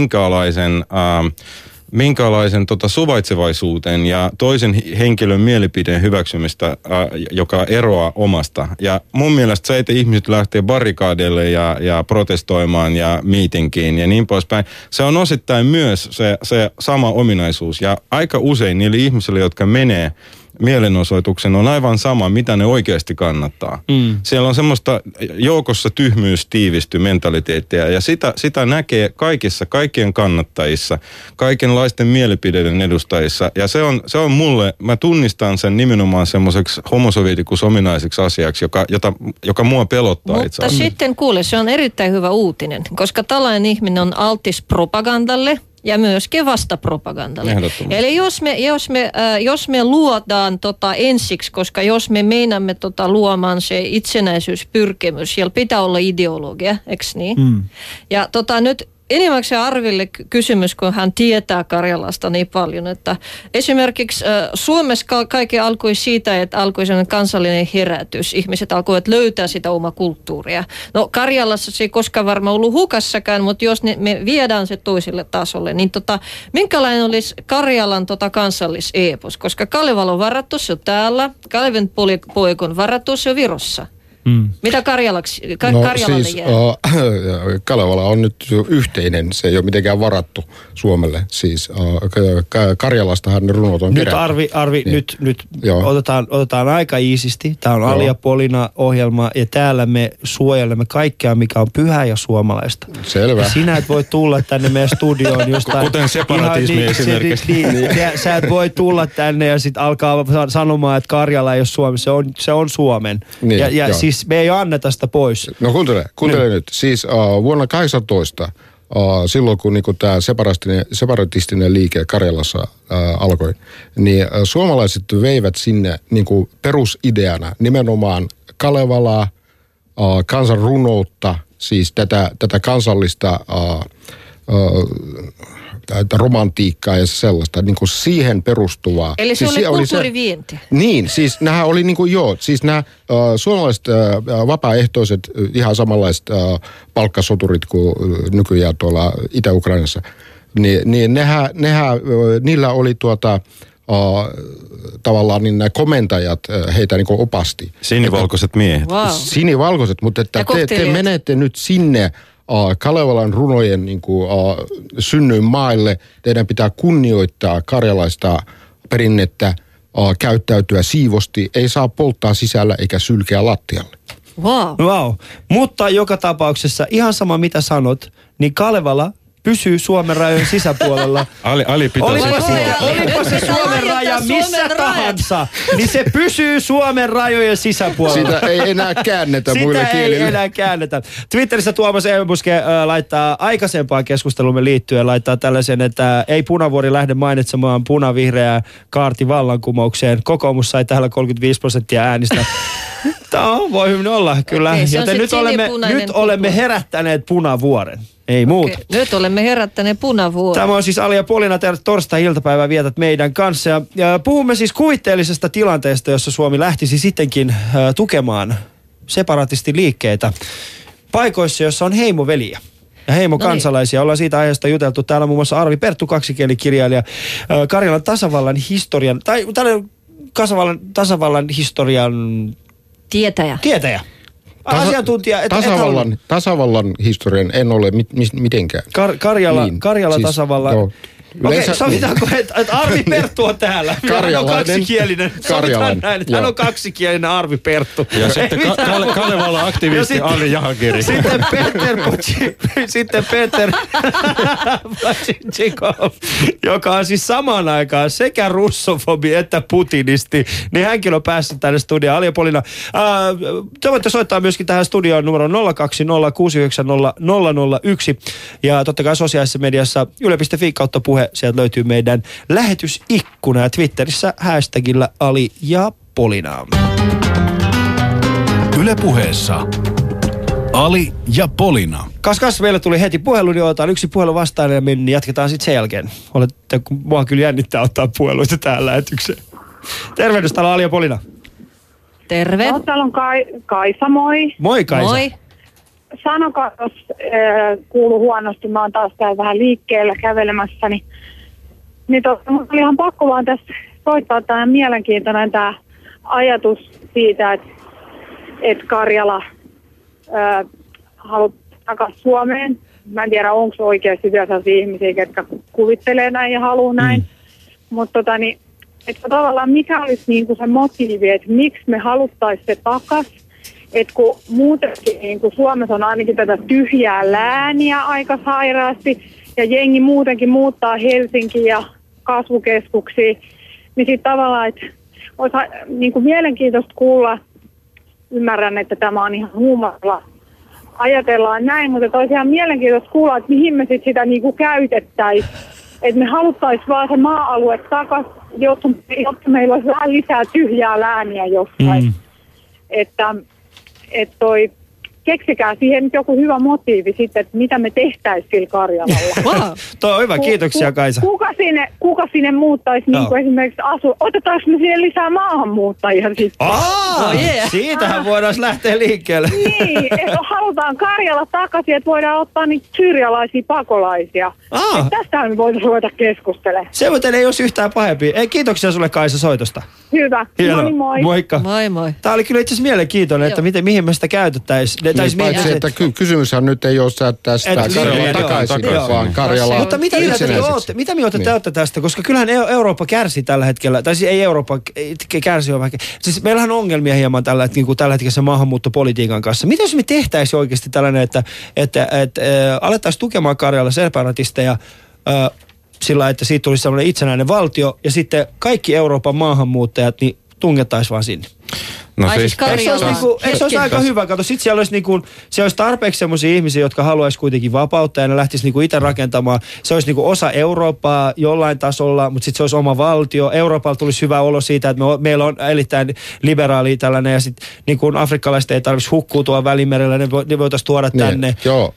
minkälaisen suvaitsevaisuuteen ja toisen henkilön mielipideen hyväksymistä, joka eroaa omasta. Ja mun mielestä se, että ihmiset lähtee barrikaadeille ja protestoimaan ja miitinkiin ja niin poispäin, se on osittain myös se sama ominaisuus. Ja aika usein niille ihmisille, jotka menee mielenosoituksen, on aivan sama, mitä ne oikeasti kannattaa. Siellä on semmoista joukossa tyhmyys tiivisty mentaliteettia, ja sitä näkee kaikkien kannattajissa, kaikenlaisten mielipideiden edustajissa, ja se on mulle, mä tunnistan sen nimenomaan semmoiseksi Homo sovieticus ominaiseksi asiaksi, joka mua pelottaa itse asiassa. Mutta sitten kuule, se on erittäin hyvä uutinen, koska tällainen ihminen on altis propagandalle, ja myöskin vastapropagandalle. Eli jos me luodaan ensiksi, koska jos me meinaamme luomaan se itsenäisyyspyrkimys, siellä pitää olla ideologia, eikö niin? Ja nyt enimmäkseen Arville kysymys, kun hän tietää Karjalasta niin paljon, että esimerkiksi Suomessa kaikki alkoi siitä, että alkoi sellainen kansallinen herätys. Ihmiset alkoivat löytää sitä omaa kulttuuria. No Karjalassa se ei koskaan varmaan ollut hukassakaan, mutta jos me viedään se toiselle tasolle, niin minkälainen olisi Karjalan kansalliseepos? Koska Kalevala on varattu, se on täällä. Kaleven poika on varattu, se on Virossa. Mitä Karjalalle siis, jää? Kalevala on nyt yhteinen, se ei ole mitenkään varattu Suomelle. Siis Karjalastahan ne runot on kerätty. Nyt Arvi, niin. nyt otetaan aika iisisti. Tämä on Ali ja Polina-ohjelma, ja täällä me suojelemme kaikkea, mikä on pyhää ja suomalaista. Selvä. Ja sinä et voi tulla tänne meidän studioon jostain. Kuten separatismi esimerkiksi. Sä et voi tulla tänne ja sitten alkaa sanomaan, että Karjala ei ole Suomi. Se on Suomen. Niin, ja siis me ei anneta sitä pois. No kuuntele nyt. Siis vuonna 18, silloin kun niinku tämä separatistinen liike Karjalassa alkoi, niin suomalaiset veivät sinne niinku perusideana nimenomaan Kalevalaa, kansanrunoutta, siis tätä kansallista romantiikkaa ja sellaista, niin kuin siihen perustuvaa. Eli se siis oli kulttuurivienti. Niin, siis nämä oli niin kuin siis nämä suomalaiset vapaaehtoiset, ihan samanlaiset palkkasoturit kuin nykyään tuolla Itä-Ukrainassa, niin niillä oli tavallaan niin nämä komentajat heitä niin kuin opasti. Sinivalkoiset miehet. Wow. Sinivalkoiset, mutta että te menette nyt sinne Kalevalan runojen niin kuin, synnyin maille. Teidän pitää kunnioittaa karjalaista perinnettä, käyttäytyä siivosti. Ei saa polttaa sisällä eikä sylkeä lattialle. Wow. Mutta joka tapauksessa, ihan sama mitä sanot, niin Kalevala pysyy Suomen rajojen sisäpuolella. Olipa se Suomen raja missä tahansa, niin se pysyy Suomen rajojen sisäpuolella. Sitä ei enää käännetä muille kielille. Sitä ei enää käännetä. Twitterissä Tuomas Eebuske laittaa aikaisempaan keskustelumme liittyen, laittaa tällaisen, että ei Punavuori lähde mainitsemaan punavihreää kaarti vallankumoukseen. Kokoomus sai täällä 35% äänistä. Voi hyvin olla, kyllä. Okay, joten nyt olemme herättäneet Punavuoren. Ei muuta. Nyt olemme herättäneet Punavuoren. Tämä on siis Ali ja Polina, torstai-iltapäivää vietät meidän kanssa. Ja puhumme siis kuvitteellisesta tilanteesta, jossa Suomi lähtisi sittenkin tukemaan separatistiliikkeitä paikoissa, jossa on heimoveliä ja heimokansalaisia. Ollaan siitä aiheesta juteltu. Täällä on muun muassa Arvi Perttu, kaksikielikirjailija, Karjalan tasavallan historian, tai tasavallan historian tietäjä. Asiantuntija. Tasavallan historian en ole mitenkään. Karjala siis, tasavallan. Okei, sovitaanko, että Arvi Perttu on täällä? Hän on kaksikielinen. Sovitaan näin, että hän on kaksikielinen Arvi Perttu. Ja sitten Kalevala-aktivisti Ali Jahangiri. Sitten Peter Vlasicikov, joka on siis samaan aikaan sekä russofobi että putinisti, niin hänkin on päässyt tänne studioon. Ali ja Polina, te voitte soittaa myöskin tähän studioon numero 020690001 ja totta kai sosiaalisessa mediassa yle.fi/puhe, sieltä löytyy meidän lähetysikkuna ja Twitterissä hashtagillä Ali ja Polina. Yle Puheessa Ali ja Polina. Kas, meillä tuli heti puhelu, niin otetaan yksi puhelu vastaan ja niin jatketaan sitten sen jälkeen. Kun mua kyllä jännittää ottaa puheluita täällä lähetykseen. Tervehdys, täällä Ali ja Polina. Terve. No, täällä on Kaisa, moi. Moi Kaisa. Moi. Sanokaa, jos kuuluu huonosti, mä oon taas täällä vähän liikkeellä kävelemässä, niin mun oli ihan pakko vaan tässä soittaa tämä mielenkiintoinen tämä ajatus siitä, että Karjala haluaa takaisin Suomeen. Mä en tiedä, onko oikeasti vielä sellaisia ihmisiä, jotka kuvittelee näin ja haluaa näin. Mutta että tavallaan mikä olisi niinku se motiivi, että miksi me haluttaisiin se takaisin. Että kun muutenkin niin kun Suomessa on ainakin tätä tyhjää lääniä aika sairaasti ja jengi muutenkin muuttaa Helsinkiin ja kasvukeskuksiin, niin sitten tavallaan, että olisi niin kuin mielenkiintoista kuulla, ymmärrän, että tämä on ihan huumorilla, ajatellaan näin, mutta olisi ihan mielenkiintoista kuulla, että mihin me sitten sitä niin kuin käytettäisiin. Että me haluttaisiin vaan se maa-alue takaisin, jotta meillä olisi vähän lisää tyhjää lääniä jossain. Että keksikää siihen nyt joku hyvä motiivi sitten, että mitä me tehtäisiin sillä Karjalalla. Wow. Toi on hyvä, kiitoksia Kaisa. Kuka sinne muuttaisi niin kuin esimerkiksi otetaanko me siihen lisää maahanmuuttajia sitten? Siitähän voidaan lähteä liikkeelle. Niin, että halutaan Karjala takaisin, että voidaan ottaa niitä syyrialaisia pakolaisia. Tästähän me voitaisiin ruveta keskustelemaan. Se muuten ei olisi yhtään pahempi. Kiitoksia sulle Kaisa soitosta. Hyvä. Hienoa. Moi. Moikka. Moi. Tämä oli kyllä itse asiassa mielenkiintoinen, että mihin me sitä käytettäisiin. Niin, paitsi, että kysymyshän nyt ei ole säättää sitä Karjala takaisin, vaan Karjala. Mutta mitä mieltä te olette tästä? Koska kyllähän Eurooppa kärsii tällä hetkellä, tai siis ei Eurooppa kärsi ole vaikka. Siis meillähän on ongelmia hieman tällä hetkellä maahanmuuttopolitiikan kanssa. Mitä jos me tehtäisiin oikeasti tällainen, että alettaisiin tukemaan Karjala separatisteja sillä, että siitä tulisi sellainen itsenäinen valtio, ja sitten kaikki Euroopan maahanmuuttajat niin tungettaisiin vaan sinne. No siis eikö se olisi aika hyvä? Kato, sit siellä olisi tarpeeksi sellaisia ihmisiä, jotka haluaisi kuitenkin vapautta ja ne lähtisi itse rakentamaan. Se olisi osa Eurooppaa jollain tasolla, mutta sitten se olisi oma valtio. Euroopalla tulisi hyvä olo siitä, että meillä on erittäin liberaali tällainen ja sitten afrikkalaiset ei tarvitsisi hukkua tuolla Välimerellä, ne voitaisiin tuoda tänne. Joo,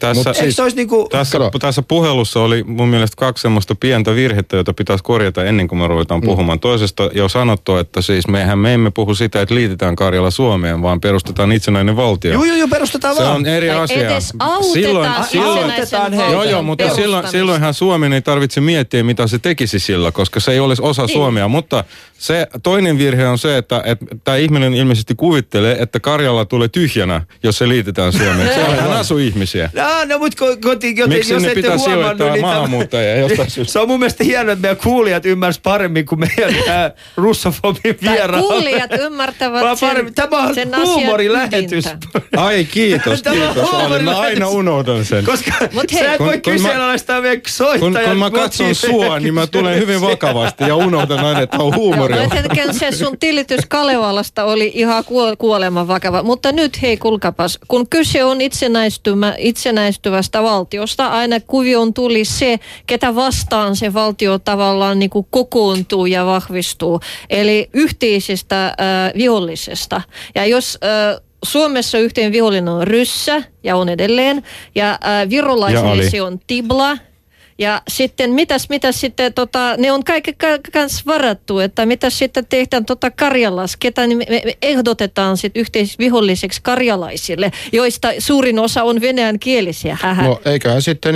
tässä puhelussa oli mun mielestä 2 semmoista pientä virhettä, jota pitäisi korjata ennen kuin me ruvetaan puhumaan. Toisesta jo sanottu, että siis me emme puhu sitä, että liitetään Karjala Suomeen, vaan perustetaan itsenäinen valtio. Joo, perustetaan se vaan. Se on eri asia. Edes autetaan heitä. Joo, mutta silloinhan Suomen ei tarvitse miettiä, mitä se tekisi sillä, koska se ei olisi osa Suomea. Mutta se toinen virhe on se, että tämä ihminen ilmeisesti kuvittelee, että Karjala tulee tyhjänä, jos se liitetään Suomeen. Siellähän asuu ihmisiä. No, mutta miksi jos ne pitää sijoittaa maahanmuuttajia jostain syystä? Se on mun mielestä hienoa, että meidän kuulijat ymmärsivät paremmin kuin meidän russofobin vieraat. Kuulijat ymmärtävät Tämä on huumorilähetys. Ai kiitos. Mä aina unohdan sen. Koska sä et voi kyseenalaistaa meidän soittajat. Kun mä katson sua, niin mä tulen hyvin vakavasti ja unohdan aina, että on huumoria. Joo, se sun tilitys Kalevalasta oli ihan kuoleman vakava. Mutta nyt hei kulkapas, kun kyse on itsenäistyvästä valtiosta, aina kuvioon tuli se, ketä vastaan se valtio tavallaan niin kuin kokoontuu ja vahvistuu. Eli yhteisestä vihollisesta. Ja jos Suomessa yhteen vihollinen on ryssä ja on edelleen, ja virolaisille se on tibla. Ja sitten mitäs sitten, ne on kaikki kanssa varattu, että mitäs sitten tehdään Karjalas, ketä me ehdotetaan sitten yhteisviholliseksi karjalaisille, joista suurin osa on venäjänkielisiä. No eiköhän sitten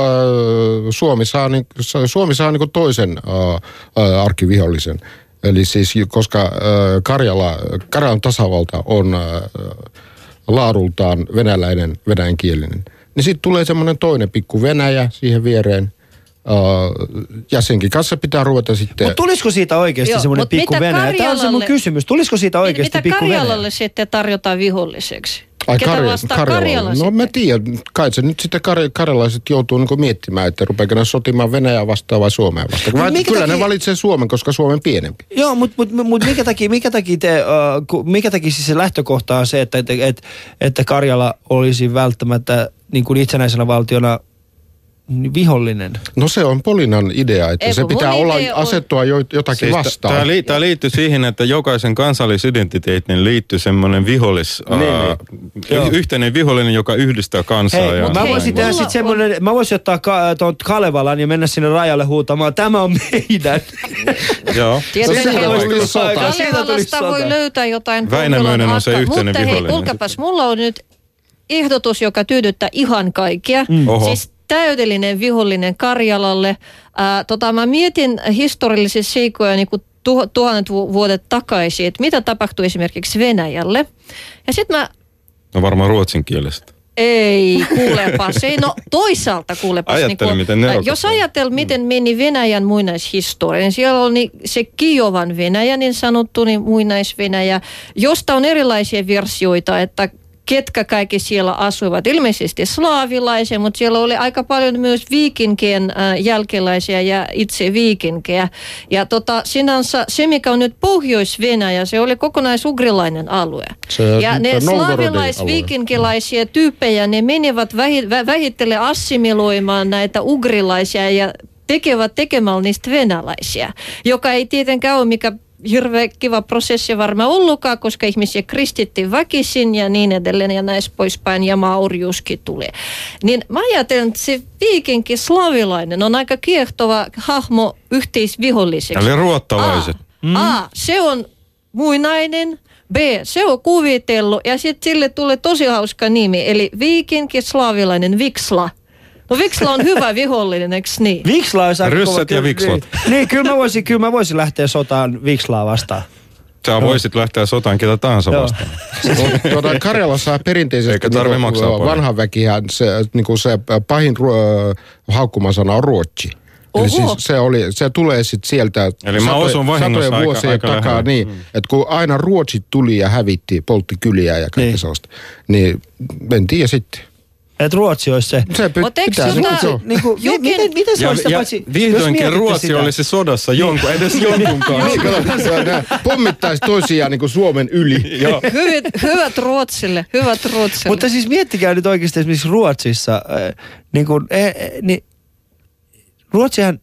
Suomi saa toisen arkkivihollisen. Eli siis koska Karjalan tasavalta on laadultaan venäjänkielinen, niin sitten tulee semmoinen toinen pikku Venäjä siihen viereen, Ja senkin kanssa pitää ruveta sitten... Mutta tulisiko siitä oikeasti semmoinen pikku Venäjä? Tämä on se mun kysymys. Tulisiko siitä oikeasti pikku Venäjä? Mitä Karjalalle sitten tarjotaan viholliseksi? Ai Karjala no mä tiedän, kai se nyt sitten karjalaiset joutuu niinku miettimään, että rupeeko ne sotimaan Venäjää vastaan vai Suomea vastaan. Kyllä ne valitsee Suomen, koska Suomen pienempi. Joo, mutta mikä takia siis se lähtökohta on se, että Karjala olisi välttämättä niin kuin itsenäisenä valtiona vihollinen? No se on Polinan idea, että se pitää asettua jotakin siis vastaan. Tämä liittyy siihen, että jokaisen kansallisidentiteetin liittyy semmoinen yhteinen vihollinen, joka yhdistää kansaa. Mä voisin ottaa tuon Kalevalan ja mennä sinne rajalle huutamaan, tämä on meidän. Joo. Kalevalasta voi löytää jotain. Väinämöinen on se yhteinen vihollinen. Mutta hei, kuulkapas, mulla on nyt ehdotus, joka tyydyttää ihan kaikkia. Siis täydellinen vihollinen Karjalalle. Mä mietin historiallisia seikkoja niin kuin tuhannet vuodet takaisin, että mitä tapahtui esimerkiksi Venäjälle. Ja sitten No varmaan ruotsin kielestä. Ei, kuulepas. Ei, no toisaalta kuulepas. Jos ajatellaan, miten meni Venäjän muinaishistoria, niin siellä oli se Kiovan Venäjä, niin sanottu, niin muinaisvenäjä, josta on erilaisia versioita, että ketkä kaikki siellä asuivat. Ilmeisesti slaavilaisia, mutta siellä oli aika paljon myös viikinkien jälkeläisiä ja itse viikinkejä. Ja sinänsä se, mikä on nyt Pohjois-Venäjä, se oli kokonaisugrilainen alue. Ja ne slaavilais-viikinkilaisia tyyppejä, ne menivät vähitellen assimiloimaan näitä ugrilaisia ja tekemällä niistä venäläisiä, joka ei tietenkään ole mikä hirveän kiva prosessi varmaan ollutkaan, koska ihmisiä kristittiin väkisin ja niin edelleen ja näin poispäin ja maurjuuskin tuli. Niin mä ajattelen, että se viikinki slavilainen on aika kiehtova hahmo yhteisviholliseksi. Eli ruottalaiset. Se on muinainen. B, se on kuvitellut ja sitten sille tulee tosi hauska nimi, eli viikinki slavilainen Viksla. No Viksla on hyvä vihollinen, eikö niin? Viksla on Ryssät ja Vikslat. Niin, kyllä mä voisin lähteä sotaan Vikslaa vastaan. Sä voisit lähteä sotaan ketä tahansa vastaan. Karjalassa perinteisesti vanhan väkiä se pahin haukkumasana on ruotsi. Eli siis se tulee sitten sieltä satojen vuosien takaa niin, että kun aina ruotsit tuli ja hävitti, poltti kyliä ja kaikki sellaista, niin mentiin ja sitten. Että Ruotsi olisi se. Miten se olisi paitsi... Vihdoinkin Ruotsi olisi sodassa edes jonkun kanssa. Pommittaisi toisiaan niin kuin Suomen yli. Hyvät Ruotsille. Mutta siis miettikää nyt oikeasti esimerkiksi Ruotsissa, Ruotsihan,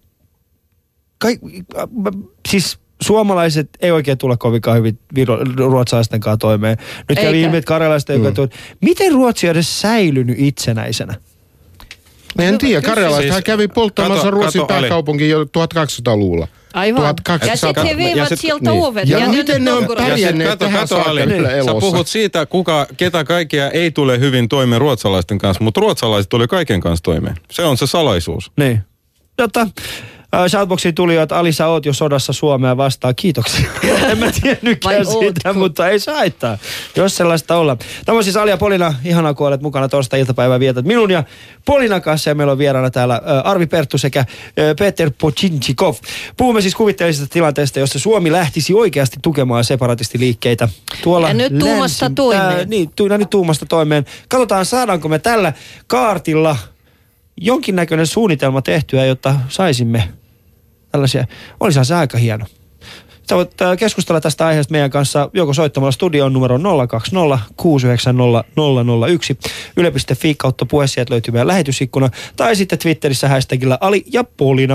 siis suomalaiset ei oikein tule kovinkaan hyvin ruotsalaisten kanssa toimeen. Nyt kävi ilmi, että karjalaiset ei oikein tule. Miten Ruotsi on edes säilynyt itsenäisenä? En tiedä, karjalaiset kävi polttamassa Ruotsin pääkaupunki jo 1200-luvulla. Aivan. Ja sitten he veivät sieltä ovet. Ja miten ne on pärjänneet tähän saakka elossa? Sä puhut siitä, ketä kaikkia ei tule hyvin toimeen ruotsalaisten kanssa, mutta ruotsalaiset tuli kaiken kanssa toimeen. Se on se salaisuus. Niin. Shoutboxiin tuli jo, että Ali, sä oot jo sodassa Suomea vastaan. Kiitoksia. En mä tiennytkään siitä, mutta ei saa haittaa, jos sellaista olla. Tämä on siis Ali ja Polina. Ihanaa, kun olet mukana torstai-iltapäivää vietät minun ja Polinan kanssa. Ja meillä on vieraana täällä Arvi Perttu sekä Peter Pochinchikov. Puhumme siis kuvitteellisesta tilanteesta, jossa Suomi lähtisi oikeasti tukemaan separatistiliikkeitä. Ja nyt tuumasta toimeen. Nyt tuumasta toimeen. Katsotaan, saadaanko me tällä kaartilla jonkinnäköinen suunnitelma tehtyä, jotta saisimme tällaisia. Olisihan se aika hieno. Sä voit keskustella tästä aiheesta meidän kanssa joko soittamalla studion numero 020 690 001. Yle.fi kautta puhe, sieltä löytyy meidän lähetysikkuna. Tai sitten Twitterissä hashtagillä Ali ja Polina.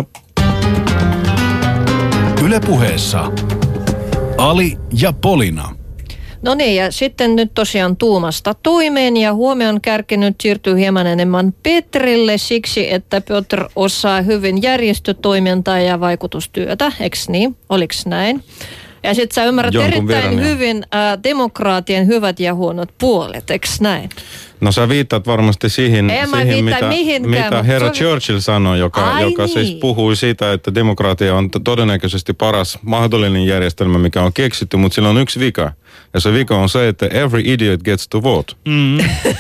Yle Puheessa Ali ja Polina. No niin, ja sitten nyt tosiaan tuumasta toimeen ja huomion kärki nyt siirtyy hieman enemmän Petrille siksi, että Petr osaa hyvin järjestötoimintaa ja vaikutustyötä, eikö niin? Oliks näin? Ja sitten sä ymmärrät erittäin hyvin demokraatien hyvät ja huonot puolet, eikö näin? No sä viittaat varmasti siihen mitä herra Churchill sanoi, joka siis puhui siitä, että demokraatia on todennäköisesti paras mahdollinen järjestelmä, mikä on keksitty, mutta sillä on yksi vika. Ja se vika on se, että every idiot gets to vote.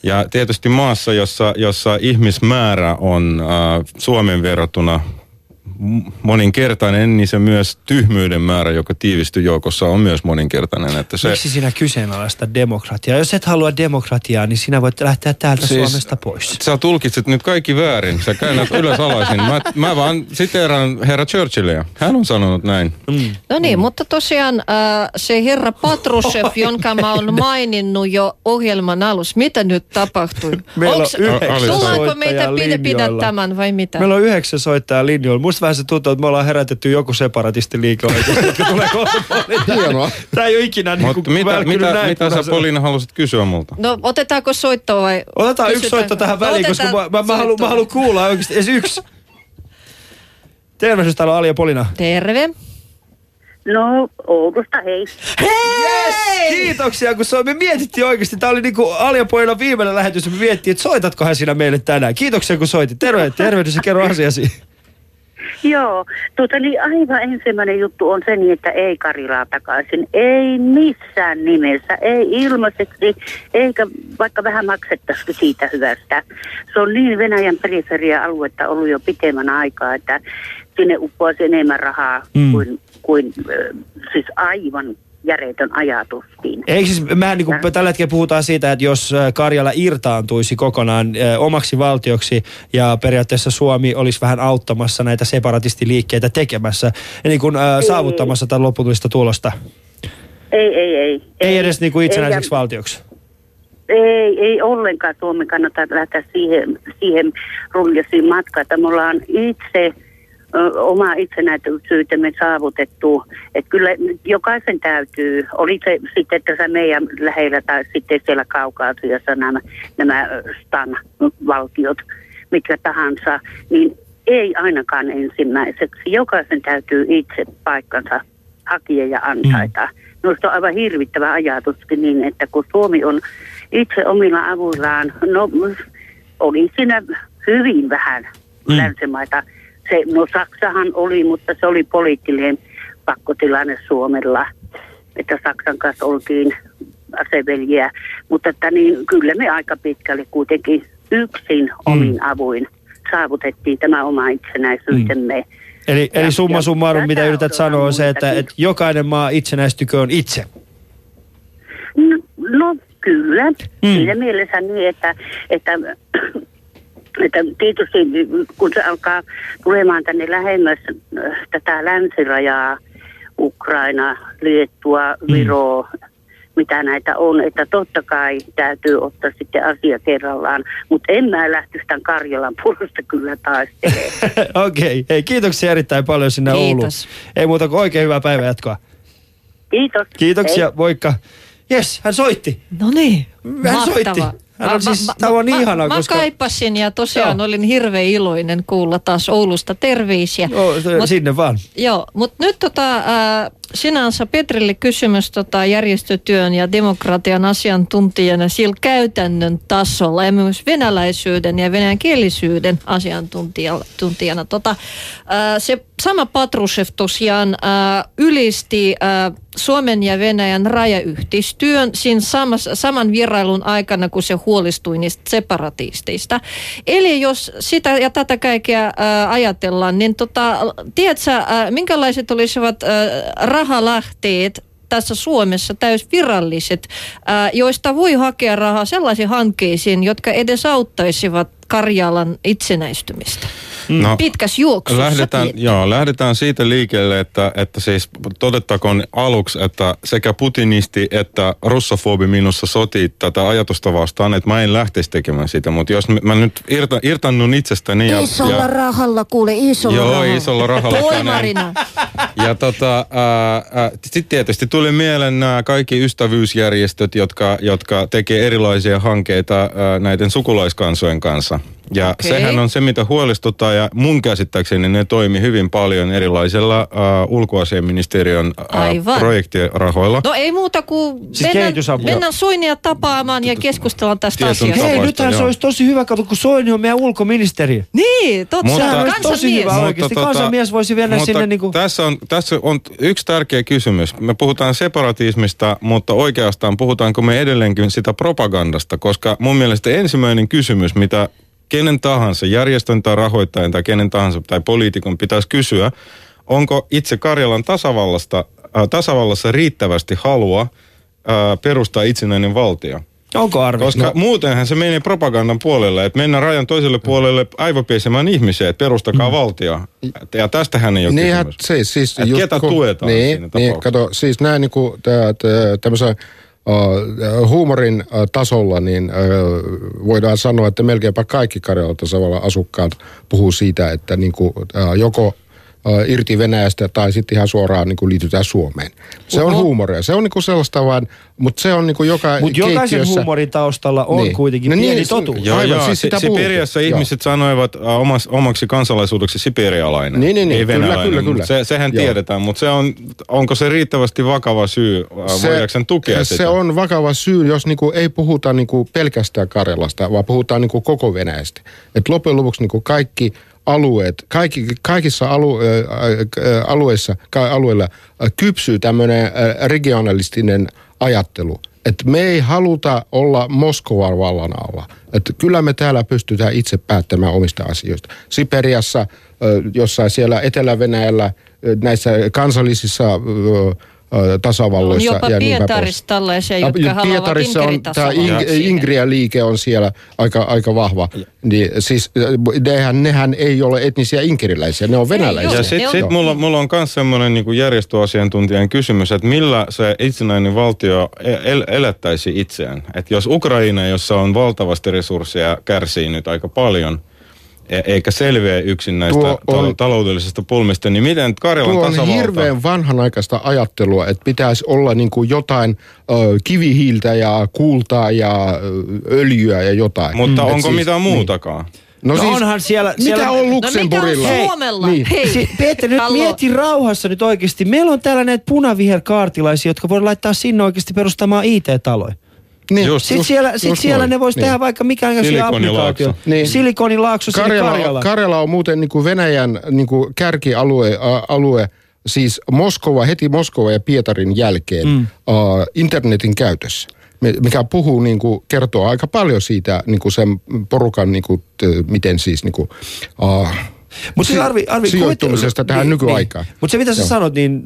Ja tietysti maassa, jossa ihmismäärä on Suomen verrattuna moninkertainen, niin se myös tyhmyyden määrä, joka tiivistyy joukossa, on myös moninkertainen. Että se... Miksi sinä kyseenalaista demokratiaa? Jos et halua demokratiaa, niin sinä voit lähteä täältä Suomesta pois. Sä tulkitset nyt kaikki väärin. Sä käännät ylös alaisin. Mä vaan siteeraan herra Churchillia. Hän on sanonut näin. No niin, mutta tosiaan se herra Patrushev, jonka mä oon maininnut jo ohjelman alussa, mitä nyt tapahtui? Meillä on 9 tullaanko meitä pidättämään vai mitä? Meillä on 9 soittajaa linjoilla. Musta vähän se tuntuu, että me ollaan herätetty joku separatistiliike oikeasti, jotka tulee Hienoa. Tää ei ole ikinä niin kuin mitä sä Poliina halusit kysyä multa? No otetaanko soittoa vai? Otetaan yksi soitto tähän väliin, koska mä haluan kuulla oikeasti edes yksi. Tervehdys, täällä on Ali ja Polina. Terve. No, Oulusta, hei. Yes! Kiitoksia, kun me mietittiin oikeasti. Tää oli niinku Ali ja Polina viimeinen lähetys, ja me mietittiin, että soitatkohan sinä meille tänään. Kiitoksia, kun soitit. Tervehdys ja kerro asiasi. Joo, niin aivan ensimmäinen juttu on se niin, että ei Karilaa takaisin. Ei missään nimessä, ei ilmaiseksi, eikä vaikka vähän maksettaisikin siitä hyvästä. Se on niin Venäjän periferia-aluetta ollut jo pitemmän aikaa, että sinne uppoaisi enemmän rahaa kuin siis aivan järjetön ajatuskin. Eikö siis, mehän niin kuin tällä hetkellä puhutaan siitä, että jos Karjala irtaantuisi kokonaan omaksi valtioksi ja periaatteessa Suomi olisi vähän auttamassa näitä separatistiliikkeitä tekemässä ja niin kuin saavuttamassa tämän lopullista tulosta. Ei edes niin kuin itsenäiseksi valtioksi. Ei ollenkaan Suomen kannata lähteä siihen ruljasiin matkaan, että me ollaan itse oma itsenäisyytemme saavutettu. Että kyllä jokaisen täytyy, oli se sitten tässä meidän lähellä tai sitten siellä Kaukaasiassa nämä stan-valtiot, mitkä tahansa, niin ei ainakaan ensimmäiseksi. Jokaisen täytyy itse paikkansa hakea ja ansaita. Minusta on aivan hirvittävä ajatuskin niin, että kun Suomi on itse omilla avuillaan, no oli siinä hyvin vähän länsimaita. Saksahan oli, mutta se oli poliittinen pakkotilanne Suomella, että Saksan kanssa oltiin aseveljiä. Mutta että niin, kyllä me aika pitkälle kuitenkin yksin omin avuin saavutettiin tämä oma itsenäisyytemme. Eli summa summarum, mitä yrität sanoa, on se, että jokainen maa itsenäistyköön itse. No kyllä, siinä mielessä niin, että tietysti kun se alkaa tulemaan tänne lähemmäs tätä länsirajaa, Ukraina, Liettua, Viro, mitä näitä on, että totta kai täytyy ottaa sitten asia kerrallaan, mutta en mä lähtisi tämän Karjalan puolesta kyllä taistelemaan. Okei. Hei, kiitoksia erittäin paljon sinne Ouluun. Ei muuta kuin oikein hyvää päivänjatkoa. Kiitos. Kiitoksia, moikka. Jes, hän soitti. No niin, hän soitti. Tämä on ihana, koska... Mä kaipasin ja tosiaan olin hirveän iloinen kuulla taas Oulusta terveisiä. Sinne vaan. Joo, mutta nyt sinänsä Petrille kysymys järjestötyön ja demokratian asiantuntijana sillä käytännön tasolla ja myös venäläisyyden ja venäjänkielisyyden asiantuntijana. Se sama Patrushev tosiaan ylisti Suomen ja Venäjän rajayhteistyön siinä saman vierailun aikana, kun se huolistui niistä separatisteista. Eli jos sitä ja tätä kaikkea ajatellaan, niin tiedätkö, minkälaiset olisivat rahalähteet tässä Suomessa täysviralliset, joista voi hakea rahaa sellaisiin hankkeisiin, jotka edesauttaisivat Karjalan itsenäistymistä? No, pitkäs juoksussa. Lähdetään siitä liikkeelle, että siis todettakoon aluksi, että sekä putinisti että russofobi minussa sotii tätä ajatusta vastaan, että mä en lähtisi tekemään sitä, mutta jos mä nyt irtannun itsestäni isolla rahalla, kuule, isolla rahalla. Joo, isolla rahalla. Toimarina. Ja sitten tietysti tuli mieleen nämä kaikki ystävyysjärjestöt, jotka tekee erilaisia hankkeita näiden sukulaiskansojen kanssa. Ja sehän on se, mitä huolestuttaa, ja mun käsittääkseni ne toimi hyvin paljon erilaisilla ulkoasiaministeriön projektirahoilla. No ei muuta kuin mennään Soinia tapaamaan ja keskustellaan tästä asiasta. Hei, nythän se olisi tosi hyvä, kun Soini on meidän ulkoministeri. Niin, totta. Sehän olisi tosi hyvä oikeasti. Kansanmies voisi viedä sinne niin kuin... Tässä on yksi tärkeä kysymys. Me puhutaan separatismista, mutta oikeastaan puhutaanko me edelleenkin sitä propagandasta, koska mun mielestä ensimmäinen kysymys, mitä kenen tahansa järjestön tai rahoittajan tai kenen tahansa tai poliitikon pitäisi kysyä, onko itse Karjalan tasavallassa riittävästi halua perustaa itsenäinen valtio. Onko Arvi? Koska muutenhan se menee propagandan puolelle, että mennään rajan toiselle puolelle aivopesemään ihmisiä, että perustakaa valtio. Ja tästähän ei ole kysymys. Siis että ketä tuetaan siinä tapauksessa. Niin, kato, siis näin niin kuin tämmöisen huumorin tasolla, niin voidaan sanoa, että melkeinpä kaikki Karjalan tasavallan asukkaat puhuu siitä, että niin kuin, joko irti Venäjästä tai sitten ihan suoraan niin kuin liitytään Suomeen. Se on huumoria. Se on niin kuin sellaista vaan, mutta se on niin kuin jokaisen huumorin taustalla on kuitenkin pieni totuus. Joo, siis Siperiassa ihmiset sanoivat omaksi kansalaisuudeksi siperialainen. Ei venäläinen. Kyllä. Sehän tiedetään, mutta onko se riittävästi vakava syy? Voidaanko sen tukea sitä? Se on vakava syy, jos niin kuin ei puhuta niin kuin pelkästään Karjalasta, vaan puhutaan niin kuin koko Venäjästä. Et loppujen lopuksi niin kuin kaikki alueet, kaikissa alueilla kypsyy tämmöinen regionalistinen ajattelu. Että me ei haluta olla Moskovan vallan alla. Että kyllä me täällä pystytään itse päättämään omista asioista. Siperiassa, jossain siellä Etelä-Venäjällä, näissä kansallisissa tasavalloissa. On jopa Pietarissa tällaisia, jotka haluavat Inkeri-tasavallan. Ingria-liike on siellä aika vahva. Niin, siis nehän ei ole etnisiä inkeriläisiä, ne on venäläisiä. Ja sitten mulla on myös semmoinen niin kuin järjestöasiantuntijan kysymys, että millä se itsenäinen valtio elättäisi itseään. Että jos Ukraina, jossa on valtavasti resursseja, kärsii nyt aika paljon, eikä selviä yksin näistä taloudellisista pulmista, niin miten Karjalan tasavalta... Tuo on hirveän vanhanaikaista ajattelua, että pitäisi olla niin kuin jotain kivihiiltä ja kultaa ja öljyä ja jotain. Mutta onko mitään muutakaan? No siis, onhan siellä... Mitä on Luxemburgilla? No mikä on Suomella? Niin. Hei. Peter, nyt mieti rauhassa nyt oikeasti. Meillä on täällä näitä punaviherkaartilaisia, jotka voidaan laittaa sinne oikeasti perustamaan IT-taloja. Niin. Sitten siellä ne voisi tehdä vaikka mikäänlaisia applikaatio. Niin. Silikonilaakso sinne Karjalaan. Karjala on muuten niin kuin Venäjän niin kuin kärkialue, siis heti Moskova ja Pietarin jälkeen internetin käytössä. Mikä puhuu, niin kuin, kertoo aika paljon siitä niin kuin sen porukan, niin kuin, miten siis niin kuin, Arvi, sijoittumisesta tähän nykyaikaan. Niin. Mutta se mitä sä sanot, niin...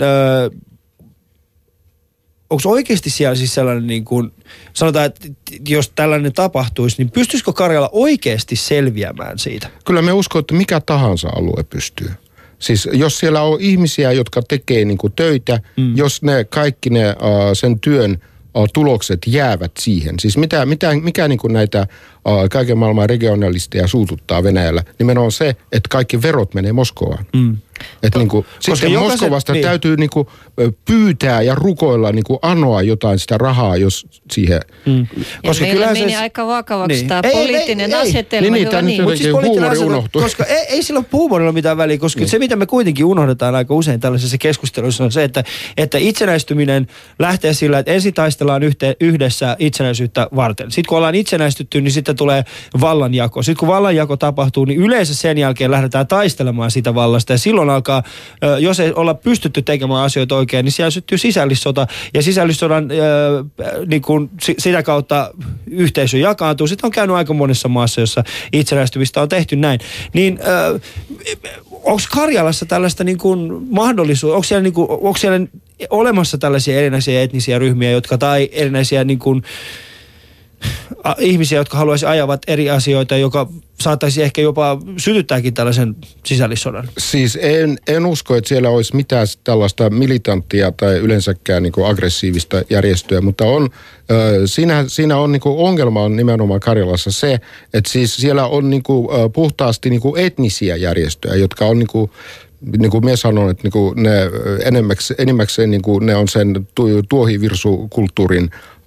Onko oikeasti siellä siis sellainen, niin kuin, sanotaan, että jos tällainen tapahtuisi, niin pystyisikö Karjala oikeasti selviämään siitä? Kyllä me uskon, että mikä tahansa alue pystyy. Siis jos siellä on ihmisiä, jotka tekee niin kuin töitä, jos kaikki sen työn tulokset jäävät siihen. Siis mikä niin kuin näitä kaiken maailman regionalisteja suututtaa Venäjällä, nimenomaan se, että kaikki verot menee Moskovaan. Että niinku, sitten Moskovasta täytyy niinku pyytää ja rukoilla, niinku anoa jotain sitä rahaa, jos siihen... Koska meillä meni aika vakavaksi tämä poliittinen asetelma. Mutta siis huumori unohtui. Koska ei sillä ole huumorilla mitään väliä, koska se mitä me kuitenkin unohdetaan aika usein tällaisessa keskustelussa on se, että itsenäistyminen lähtee sillä, että ensin taistellaan yhdessä itsenäisyyttä varten. Sitten kun ollaan itsenäistytty, niin sitten tulee vallanjako. Sitten kun vallanjako tapahtuu, niin yleensä sen jälkeen lähdetään taistelemaan sitä vallasta ja silloin alkaa, jos ei olla pystytty tekemään asioita oikein, niin siellä syttyy sisällissota ja sisällissodan niin kuin sitä kautta yhteisö jakaantuu. Sitten on käynyt aika monessa maassa, jossa itsenäistymistä on tehty näin. Niin onko Karjalassa tällaista niin kuin mahdollisuutta, onko siellä olemassa tällaisia erinäisiä etnisiä ryhmiä, jotka tai erinäisiä niin kuin ihmisiä, jotka haluaisi ajavat eri asioita, joka saattaisi ehkä jopa sytyttääkin tällaisen sisällissodan? Siis en usko, että siellä olisi mitään tällaista militanttia tai yleensäkään niin kuin aggressiivista järjestöä, mutta siinä on niin kuin ongelma on nimenomaan Karjalassa se, että siis siellä on niin kuin puhtaasti niin kuin etnisiä järjestöjä, jotka on niin kuin minä sanon, että niin kuin ne enimmäkseen niin kuin ne on sen tuohivirsukulttuurin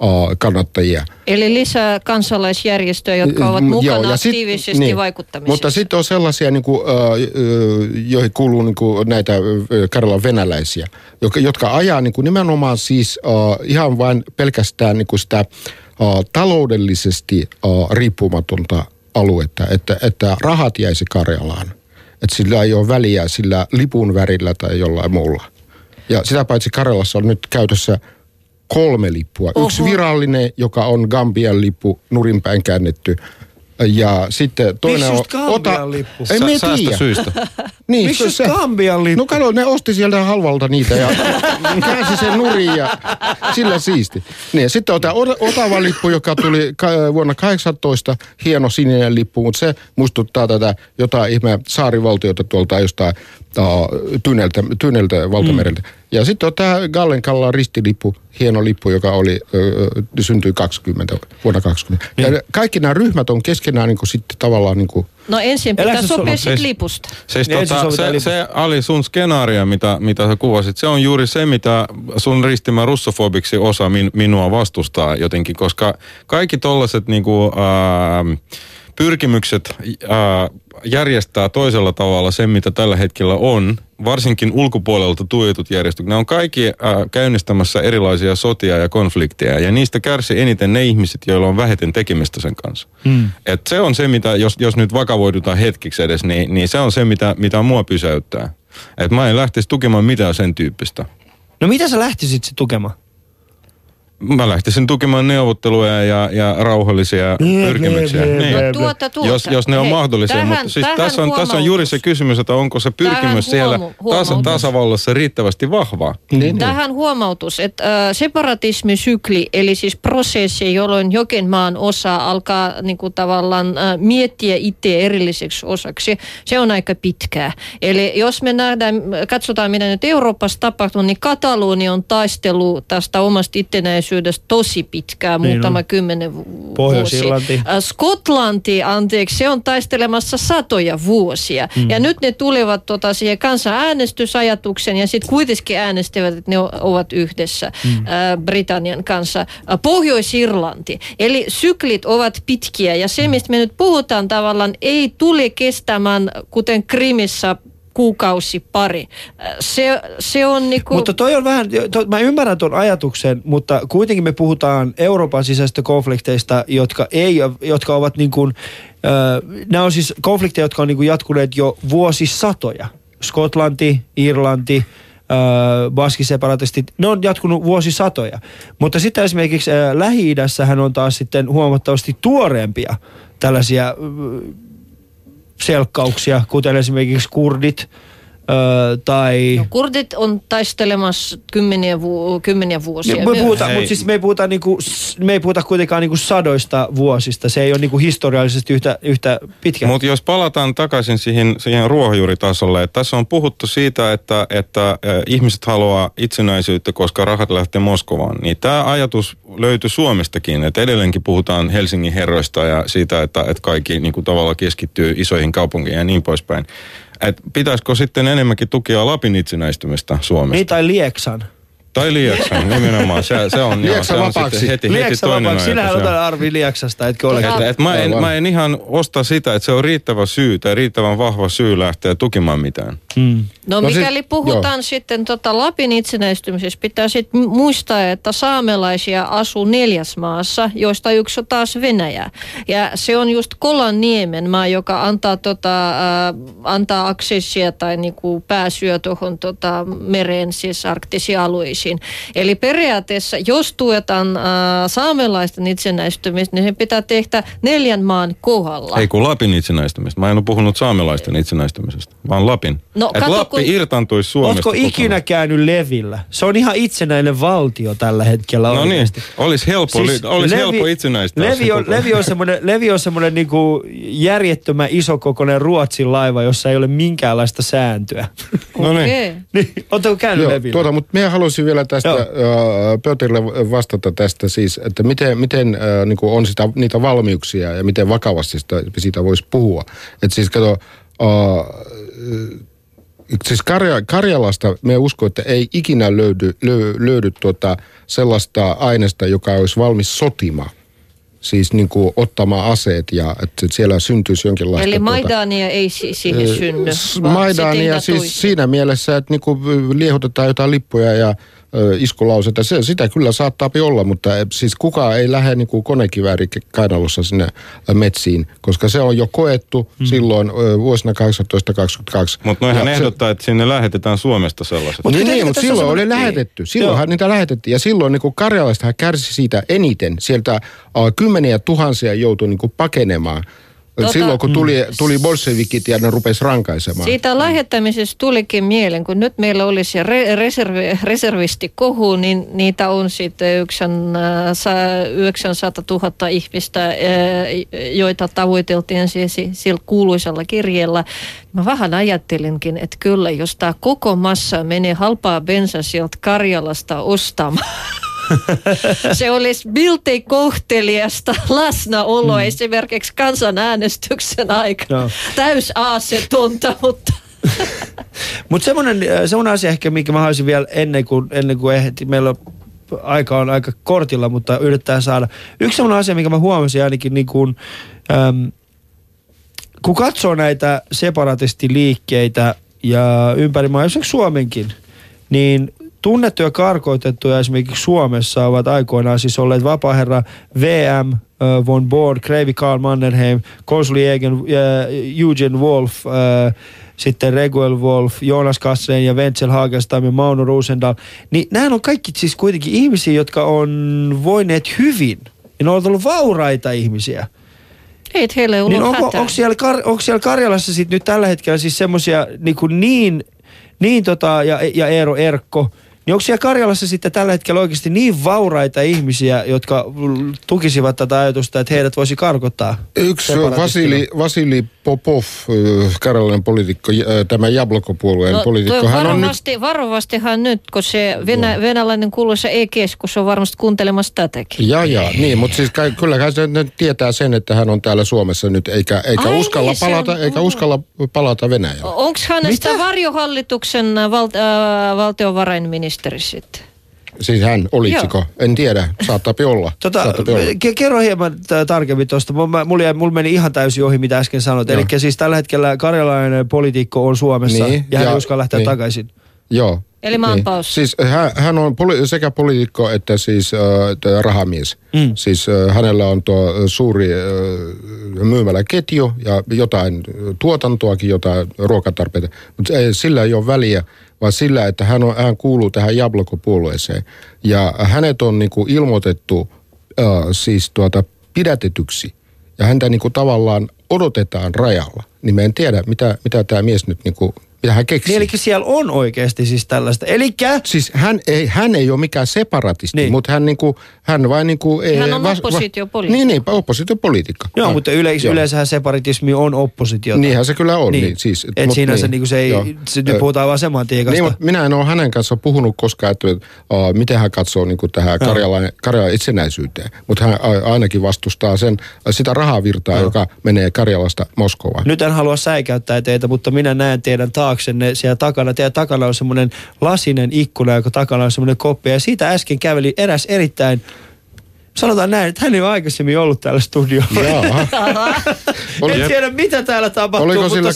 kannattajia. Eli lisää kansalaisjärjestöjä, jotka ovat mukana aktiivisesti vaikuttamisessa. Mutta sitten on sellaisia, joihin kuuluu näitä Karjalan venäläisiä, jotka ajaa nimenomaan siis ihan vain pelkästään sitä taloudellisesti riippumatonta aluetta, että rahat jäisi Karjalaan. Että sillä ei ole väliä sillä lipun värillä tai jollain muulla. Ja sitä paitsi Karjalassa on nyt käytössä 3 lippua. Oho. Yksi virallinen, joka on Gambian lippu, nurinpäin käännetty. Ja sitten toinen on... Gambian lippu? Ei me tiedä. Syistä. Niin, miksi se Gambian lippu? No kato, ne osti sieltä halvalta niitä ja käänsi sen nurin ja sillä siisti. Niin, sitten on tämä Otavan lippu, joka tuli vuonna 18, hieno sininen lippu, mutta se muistuttaa tätä jotain ihme saarivaltiota tuolta jostain Tyyneltä valtamereltä. Ja sitten on tämä Gallenkallan ristilippu, hieno lippu, joka syntyi vuonna 20. Ja kaikki nämä ryhmät on keskenään sitten tavallaan No ensin pitää sopia sitten lipusta. Se Ali, sun skenaario, mitä sä kuvasit, se on juuri se, mitä sun ristimä russofobiksi osa minua vastustaa jotenkin, koska kaikki tollaiset pyrkimykset järjestää toisella tavalla sen, mitä tällä hetkellä on, varsinkin ulkopuolelta tuetut järjestöt. Ne on kaikki käynnistämässä erilaisia sotia ja konflikteja, ja niistä kärsii eniten ne ihmiset, joilla on vähiten tekemistä sen kanssa. Et se on se, mitä, jos nyt vakavoidutaan hetkiksi edes, niin se on se, mitä mua pysäyttää. Et mä en lähtisi tukemaan mitään sen tyyppistä. No mitä sä lähtisit tukemaan? Mä lähtisin tukemaan neuvotteluja ja rauhallisia pyrkimyksiä. Niin. Jos ne on mahdollisia. Mutta siis tässä on juuri se kysymys, että onko se pyrkimys siellä tasavallassa riittävästi vahvaa. Tähän huomautus, että separatismisykli, eli siis prosessi, jolloin jokin maan osa alkaa tavallaan miettiä itse erilliseksi osaksi, se on aika pitkää. Eli jos me katsotaan mitä nyt Euroopassa tapahtuu, niin Katalonian taistelu tästä omasta itsenäisyydestä tosi pitkään, muutama 10 vuosia. Skotlanti, se on taistelemassa satoja vuosia. Ja nyt ne tulevat siihen kansanäänestysajatuksen ja sitten kuitenkin äänestävät, että ne ovat yhdessä Britannian kanssa. Pohjois-Irlanti. Eli syklit ovat pitkiä ja se, mistä me nyt puhutaan tavallaan, ei tule kestämään, kuten Krimissä, kuukausi pari. Se on Mutta toi on vähän, mä ymmärrän ton ajatuksen, mutta kuitenkin me puhutaan Euroopan sisäisistä konflikteista, jotka ovat nämä on siis konflikteja, jotka on jatkuneet jo vuosisatoja. Skotlanti, Irlanti, baskiseparatistit, ne on jatkunut vuosisatoja. Mutta sitten esimerkiksi Lähi-idässähän on taas sitten huomattavasti tuoreempia tällaisia selkkauksia, kuten esimerkiksi kurdit tai... No, kurdit on taistelemassa kymmeniä vuosia. Me ei puhuta kuitenkaan sadoista vuosista. Se ei ole historiallisesti yhtä pitkä. Mutta jos palataan takaisin siihen ruohonjuuritasolle, että tässä on puhuttu siitä, että ihmiset haluaa itsenäisyyttä, koska rahat lähtee Moskovaan, niin tämä ajatus löytyi Suomestakin, että edelleenkin puhutaan Helsingin herroista ja siitä, että kaikki tavallaan keskittyy isoihin kaupunkeihin ja niin poispäin. Pitäisikö sitten enemmänkin tukea Lapin itsenäistymistä Suomesta? Niin, tai Lieksan. Tai Lieksan, nimenomaan. Se on sitten heti toinen ajatus. Sinähän otat Arvi Lieksasta, etkö ole? Mä en ihan osta sitä, että se on riittävä syy tai riittävän vahva syy lähteä tukemaan mitään. No mikäli puhutaan sitten Lapin itsenäistymisestä, pitää sitten muistaa, että saamelaisia asuu 4 maassa, joista yksi on taas Venäjä. Ja se on just Kolanniemen maa, joka antaa aksessia tai pääsyä tuohon mereen, siis arktisiin alueisiin. Eli periaatteessa, jos tuetaan saamelaisten itsenäistymistä, niin se pitää tehdä 4 maan kohdalla. Ei kun Lapin itsenäistymistä. Mä en ole puhunut saamelaisten itsenäistymisestä, vaan Lapin. No, että Lappi irtaantuisi Suomesta. Ootko ikinä käynyt Levillä? Se on ihan itsenäinen valtio tällä hetkellä. No niin, olisi helppo itsenäistää. Levi on semmoinen järjettömän isokokoinen Ruotsin laiva, jossa ei ole minkäänlaista sääntöä. No niin. Ootteko käynyt Levillä? Mutta minä haluaisin vielä tästä Pöterille vastata tästä siis, että miten on niitä valmiuksia ja miten vakavasti siitä voisi puhua. Että siis kato, Siis Karjalasta me uskon, että ei ikinä löydy sellaista aineesta, joka olisi valmis sotimaan. Siis niin kuin ottamaan aseet ja että siellä syntyisi jonkinlaista... Eli Maidania ei siihen synny? Maidania siis siinä mielessä, että niin kuin liehotetaan jotain lippuja ja iskulauseita. Sitä kyllä saattaa olla, mutta siis kukaan ei lähde niin kuin konekivääri kainalossa sinne metsiin, koska se on jo koettu silloin vuosina 1822. Mutta noihän ehdottaa, että sinne lähetetään Suomesta sellaiset. Niin, mutta silloin oli lähetetty. Silloinhan niitä lähetettiin. Ja silloin niin kuin karjalaisethan kärsi siitä eniten. Sieltä kymmeniä tuhansia joutui niin kuin pakenemaan. Silloin kun tuli bolshevikit ja ne rupesi rankaisemaan. Siitä lähettämisestä tulikin mieleen, kun nyt meillä olisi reservistikohu, niin niitä on sitten 900 000 ihmistä, joita tavoiteltiin sillä kuuluisella kirjalla. Mä vähän ajattelinkin, että kyllä, jos tämä koko massa menee halpaa bensaa sieltä Karjalasta ostamaan, se olisi miltei kohteliasta läsnäoloa esimerkiksi kansanäänestyksen aikana. No. Täys aasetonta, mutta... Mutta semmoinen asia ehkä, minkä mä haluaisin vielä ennen kuin meillä aika on aika kortilla, mutta yrittää saada. Yksi semmoinen asia, minkä mä huomasin ainakin niin kuin, kun katsoo näitä separatistiliikkeitä ja ympäri maailmaa, esimerkiksi Suomenkin, niin tunnettuja karkoitettuja esimerkiksi Suomessa ovat aikoinaan siis olleet vapaaherra V.M. von Born, Kreivi Karl Mannerheim, konsuli Eugen Wolf, sitten Reguel Wolf, Jonas Kassleen ja Wenzel Hagelstam ja Mauno Rosendal. Niin nämä on kaikki siis kuitenkin ihmisiä, jotka on voineet hyvin. Ja ne on ollut vauraita ihmisiä. Ei heille ollut niin hätää. Onko siellä Karjalassa sitten nyt tällä hetkellä siis semmoisia ja Eero Erkko, niin onko siellä Karjalassa sitten tällä hetkellä oikeasti niin vauraita ihmisiä, jotka tukisivat tätä ajatusta, että heidät voisi karkottaa? Yksi Vasili Popov, karjalainen poliitikko, tämä Jabloko-puolueen poliitikko. Varovastihan nyt, kun se venäläinen kuuluisa E-keskus on varmasti kuuntelemassa tätäkin. Niin, mutta siis kyllähän se tietää sen, että hän on täällä Suomessa nyt, eikä uskalla palata Venäjälle. Onko hänestä varjohallituksen valtiovarainministeri sitten? Siis hän, olisiko? En tiedä, saattaapi olla. Kerro hieman tarkemmin tuosta. Mulla meni ihan täysin ohi, mitä äsken sanoit. Eli siis tällä hetkellä karjalainen poliitikko on Suomessa ja hän ei uskalla lähteä takaisin. Joo. Eli maanpaus. Siis hän on sekä poliitikko että siis rahamies. Siis hänellä on tuo suuri myymäläketju ja jotain tuotantoakin, jotain ruokatarpeita. Mutta sillä ei ole väliä, vaan sillä, että hän kuuluu tähän Jabloko-puolueeseen. Ja hänet on niinku ilmoitettu pidätetyksi. Ja häntä niinku tavallaan odotetaan rajalla. Niin mä en tiedä, mitä tämä mies nyt niinku... mitä hän keksii. Niin, eli siellä on oikeasti siis tällaista. Siis hän ei ole mikään separatisti, mutta hän vain niinku... Hän on oppositiopoliitikko. Niin, oppositiopoliitikko. Joo, mutta yleensähän separatismi on oppositiota. Niinhän se kyllä on. Niin. Siis, että siinänsä niinku se ei, nyt puhutaan vaan semantiikasta. Niin, mutta minä en ole hänen kanssaan puhunut koskaan, että miten hän katsoo niinku tähän Karjalan itsenäisyyteen. Mutta hän ainakin vastustaa sitä rahavirtaa, joka menee Karjalasta Moskovaan. Nyt en halua säikäyttää teitä, mutta minä näen teidän taaksenne siellä takana. Teidän takana on semmoinen lasinen ikkuna, joka takana on semmoinen koppi. Ja siitä äsken käveli eräs erittäin, sanotaan näin, että hän ei ole aikaisemmin ollut täällä studiolla. En tiedä, mitä täällä tapahtuu,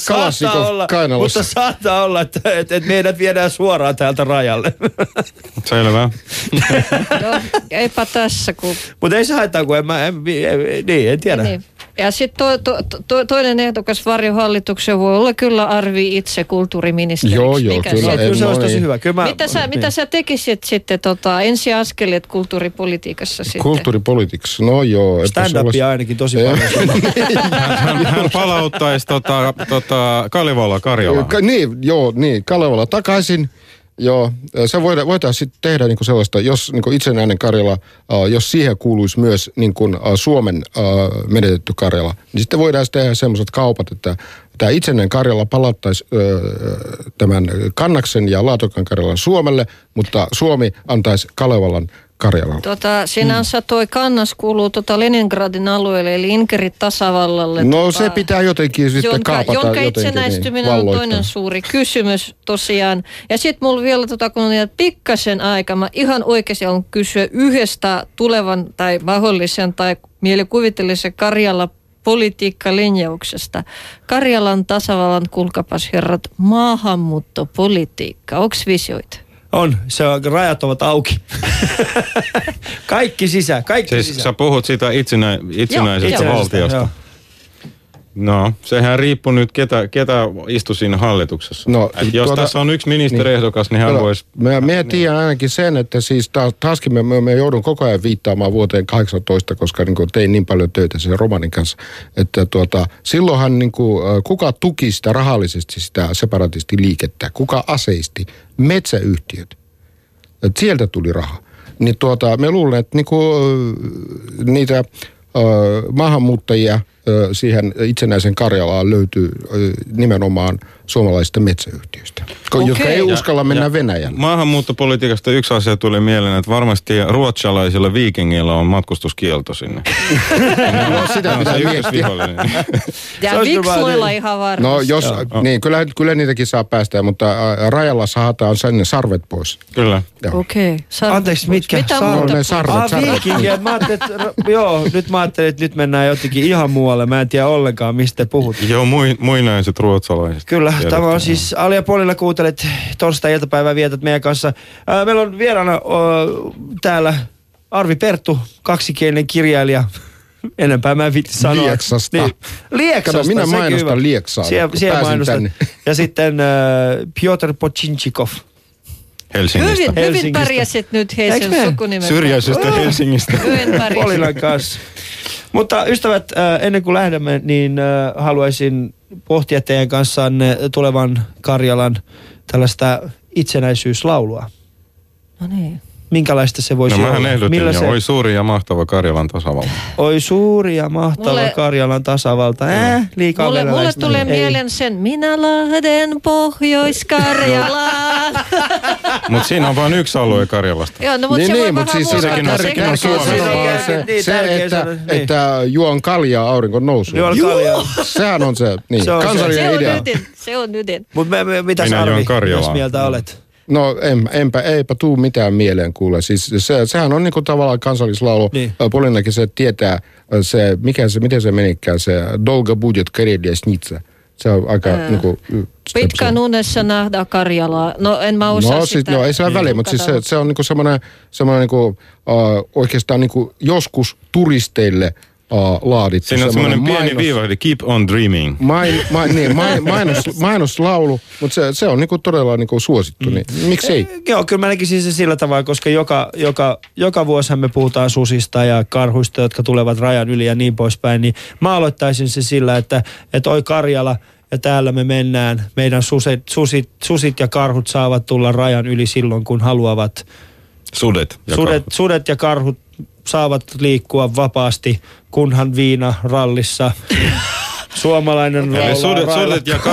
mutta saattaa olla, että meidät viedään suoraan täältä rajalle. Selvä. No, eipä tässä, kun... Mutta ei se haittaa, kun en tiedä. Niin. Ja sitten toinen ehdokas varjohallituksen voi olla kyllä Arvi itse kulttuuriministeriksi. Joo, kyllä se olisi tosi hyvä. Mitä sä tekisit sitten ensiaskeleet kulttuuripolitiikassa sitten? Kulttuuripolitiikassa, no joo. Stand-upia ainakin tosi paljon. Hän palauttaisi Kalevala Karjalaan. Niin, Kalevala takaisin. Joo, se voitaisiin sitten tehdä niinku sellaista, jos niinku itsenäinen Karjala, jos siihen kuuluisi myös niinku Suomen menetetty Karjala, niin sitten voidaan tehdä sellaiset kaupat, että tämä itsenäinen Karjala palattaisi tämän Kannaksen ja Laatokan Karjalan Suomelle, mutta Suomi antaisi Kalevalan Karjalalle. Sinänsä toi Kannas kuuluu Leningradin alueelle, eli Inkerin tasavallalle. No se pitää jotenkin sitten kaapata. Jonka itsenäistyminen on toinen suuri kysymys tosiaan. Ja sitten mulla vielä, kun on pikkasen aika, mä ihan oikeasti on kysyä yhdestä tulevan tai mahdollisen tai mielikuvitellisen Karjala politiikkalinjauksesta. Karjalan tasavallan, kuulkapas herrat, maahanmuuttopolitiikka. Onko visioita? On, rajat ovat auki. Kaikki sisään. Siis sä puhut siitä itsenäisestä valtiosta. Joo. No, sehän riippuu nyt, ketä istui siinä hallituksessa. No, jos tässä on yksi ministeriehdokas, niin hän voisi... Me tiedän ainakin sen, että siis taaskin me joudun koko ajan viittaamaan vuoteen 18, koska tein niin paljon töitä sen romanin kanssa, että silloinhan kuka tuki sitä rahallisesti sitä separatistiliikettä, kuka aseisti metsäyhtiöt. Että sieltä tuli raha. Niin me luulen, että niitä maahanmuuttajia siihen itsenäisen Karjalaan löytyy nimenomaan suomalaisista metsäyhtiöistä, jotka ei uskalla mennä Venäjälle. Maahanmuuttopolitiikasta yksi asia tuli mieleen, että varmasti ruotsalaisilla viikingeillä on matkustuskielto sinne. No sitä pitää miettiä. Ja viksuilla ihan varmasti. No niin, kyllä niitäkin saa päästä, mutta rajalla sahataan sen sarvet pois. Kyllä. Okei. Anteeksi, mitkä? Sarvet. Viikingiä. Nyt mä ajattelin, että nyt mennään jotenkin ihan muualle. Mä en tiedä ollenkaan, mistä puhut. Joo, muinaiset ruotsalaiset. Kyllä, tämä on siis Ali ja Polina, kuuntelet torstai-iltapäivää, vietät meidän kanssa. Meillä on vieraana täällä Arvi Perttu, kaksikielinen kirjailija. Enempää mä en viitti sanoa. Lieksasta. Niin. Lieksasta. Kato, minä mainostan Lieksaa. Siellä mainostan. Ja sitten Piotr Pochinchikov. Helsingistä. Hyvin pärjäsit nyt heidän sukunimen. Syrjäisestä Helsingistä. Polinan kanssa. Mutta ystävät, ennen kuin lähdemme, niin haluaisin pohtia teidän kanssanne tulevan Karjalan tällaista itsenäisyyslaulua. No niin. Minkälaista se voisi olla? Mähän ehdotin jo, oi suuri ja mahtava Karjalan tasavalta. Oi suuri ja mahtava Karjalan tasavalta. Liikaa mulle tulee mieleen sen, minä lähden Pohjois-Karjalaan. Mutta siinä on vain yksi alue Karjalasta. Joo, no, mutta se voi vähän sekin on Suomi. Että juon kaljaa auringon nousuun. Juon kaljaa. Sehän on se kansallinen idea. Se on ydin. Mutta mitäs Arvi, jos mieltä olet? No eipä tuu mitään mieleen kuule. Siis sehän on tavallaan kansallislaulu. Niin. Polinakin se tietää, miten se menikään, se Dolga будет Karelija snitsa. Se on aika pitkän unessa nähdä Karjalaa. No en mä osaa sitä. No ei sillä väliä, mutta siis se on semmoinen oikeastaan joskus turisteille laadittu. Siinä on semmoinen pieni viiva, keep on dreaming. Mainoslaulu, mutta se on todella suosittu, niin miksei? Joo, kyllä mä näkisin se sillä tavalla, koska joka vuosihan me puhutaan susista ja karhuista, jotka tulevat rajan yli ja niin poispäin, niin mä aloittaisin se sillä, että oi Karjala, ja täällä me mennään, meidän susit ja karhut saavat tulla rajan yli silloin, kun haluavat. Sudet ja karhut saavat liikkua vapaasti, kunhan viina rallissa. Suomalainen sudet ja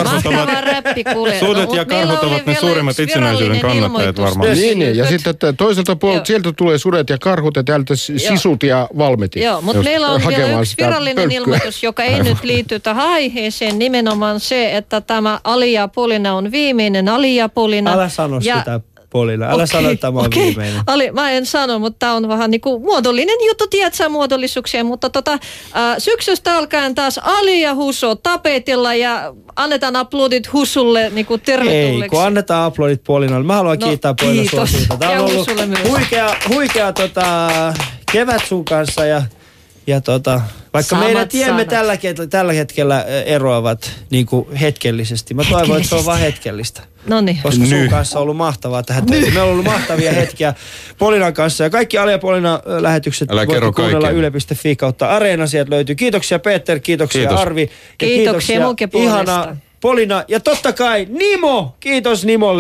karhut ovat ne suurimmat itsenäisyyden kannattajat varmaan. Niin, ja sitten toiselta puolelta sieltä tulee sudet ja karhut ja täältä sisut ja valmetit. Joo, mutta meillä on vielä yksi virallinen ilmoitus, joka ei nyt liity tähän aiheeseen. Nimenomaan se, että tämä Ali ja Polina on viimeinen Ali ja Polina. Älä sano sitä. Polina. Älä sano, että tämä on viimeinen. Mä en sano, mutta tämä on vähän muodollinen juttu, tiedätkö muodollisuuksia, mutta syksystä alkaen taas Ali ja Huso tapetilla ja annetaan aplodit Husulle tervetulleeksi. Ei, kun annetaan aplodit Polinalle. Mä haluan kiittää Polina sua siitä. Tämä on ollut huikea kevät sun kanssa ja vaikka meidän tiemme tällä hetkellä eroavat hetkellisesti. Mä toivon, että se on vaan hetkellistä. Noniin. Koska sun kanssa on ollut mahtavaa tähän töihin. Meillä on ollut mahtavia hetkiä Polinan kanssa. Ja kaikki Ali ja Polina lähetykset voitte kuunnella yle.fi/Areena. Sieltä löytyy. Kiitoksia Peter, kiitoksia Arvi. Ja kiitoksia munkin puolesta. Ihana Polina. Ja totta kai Nimo. Kiitos Nimolle.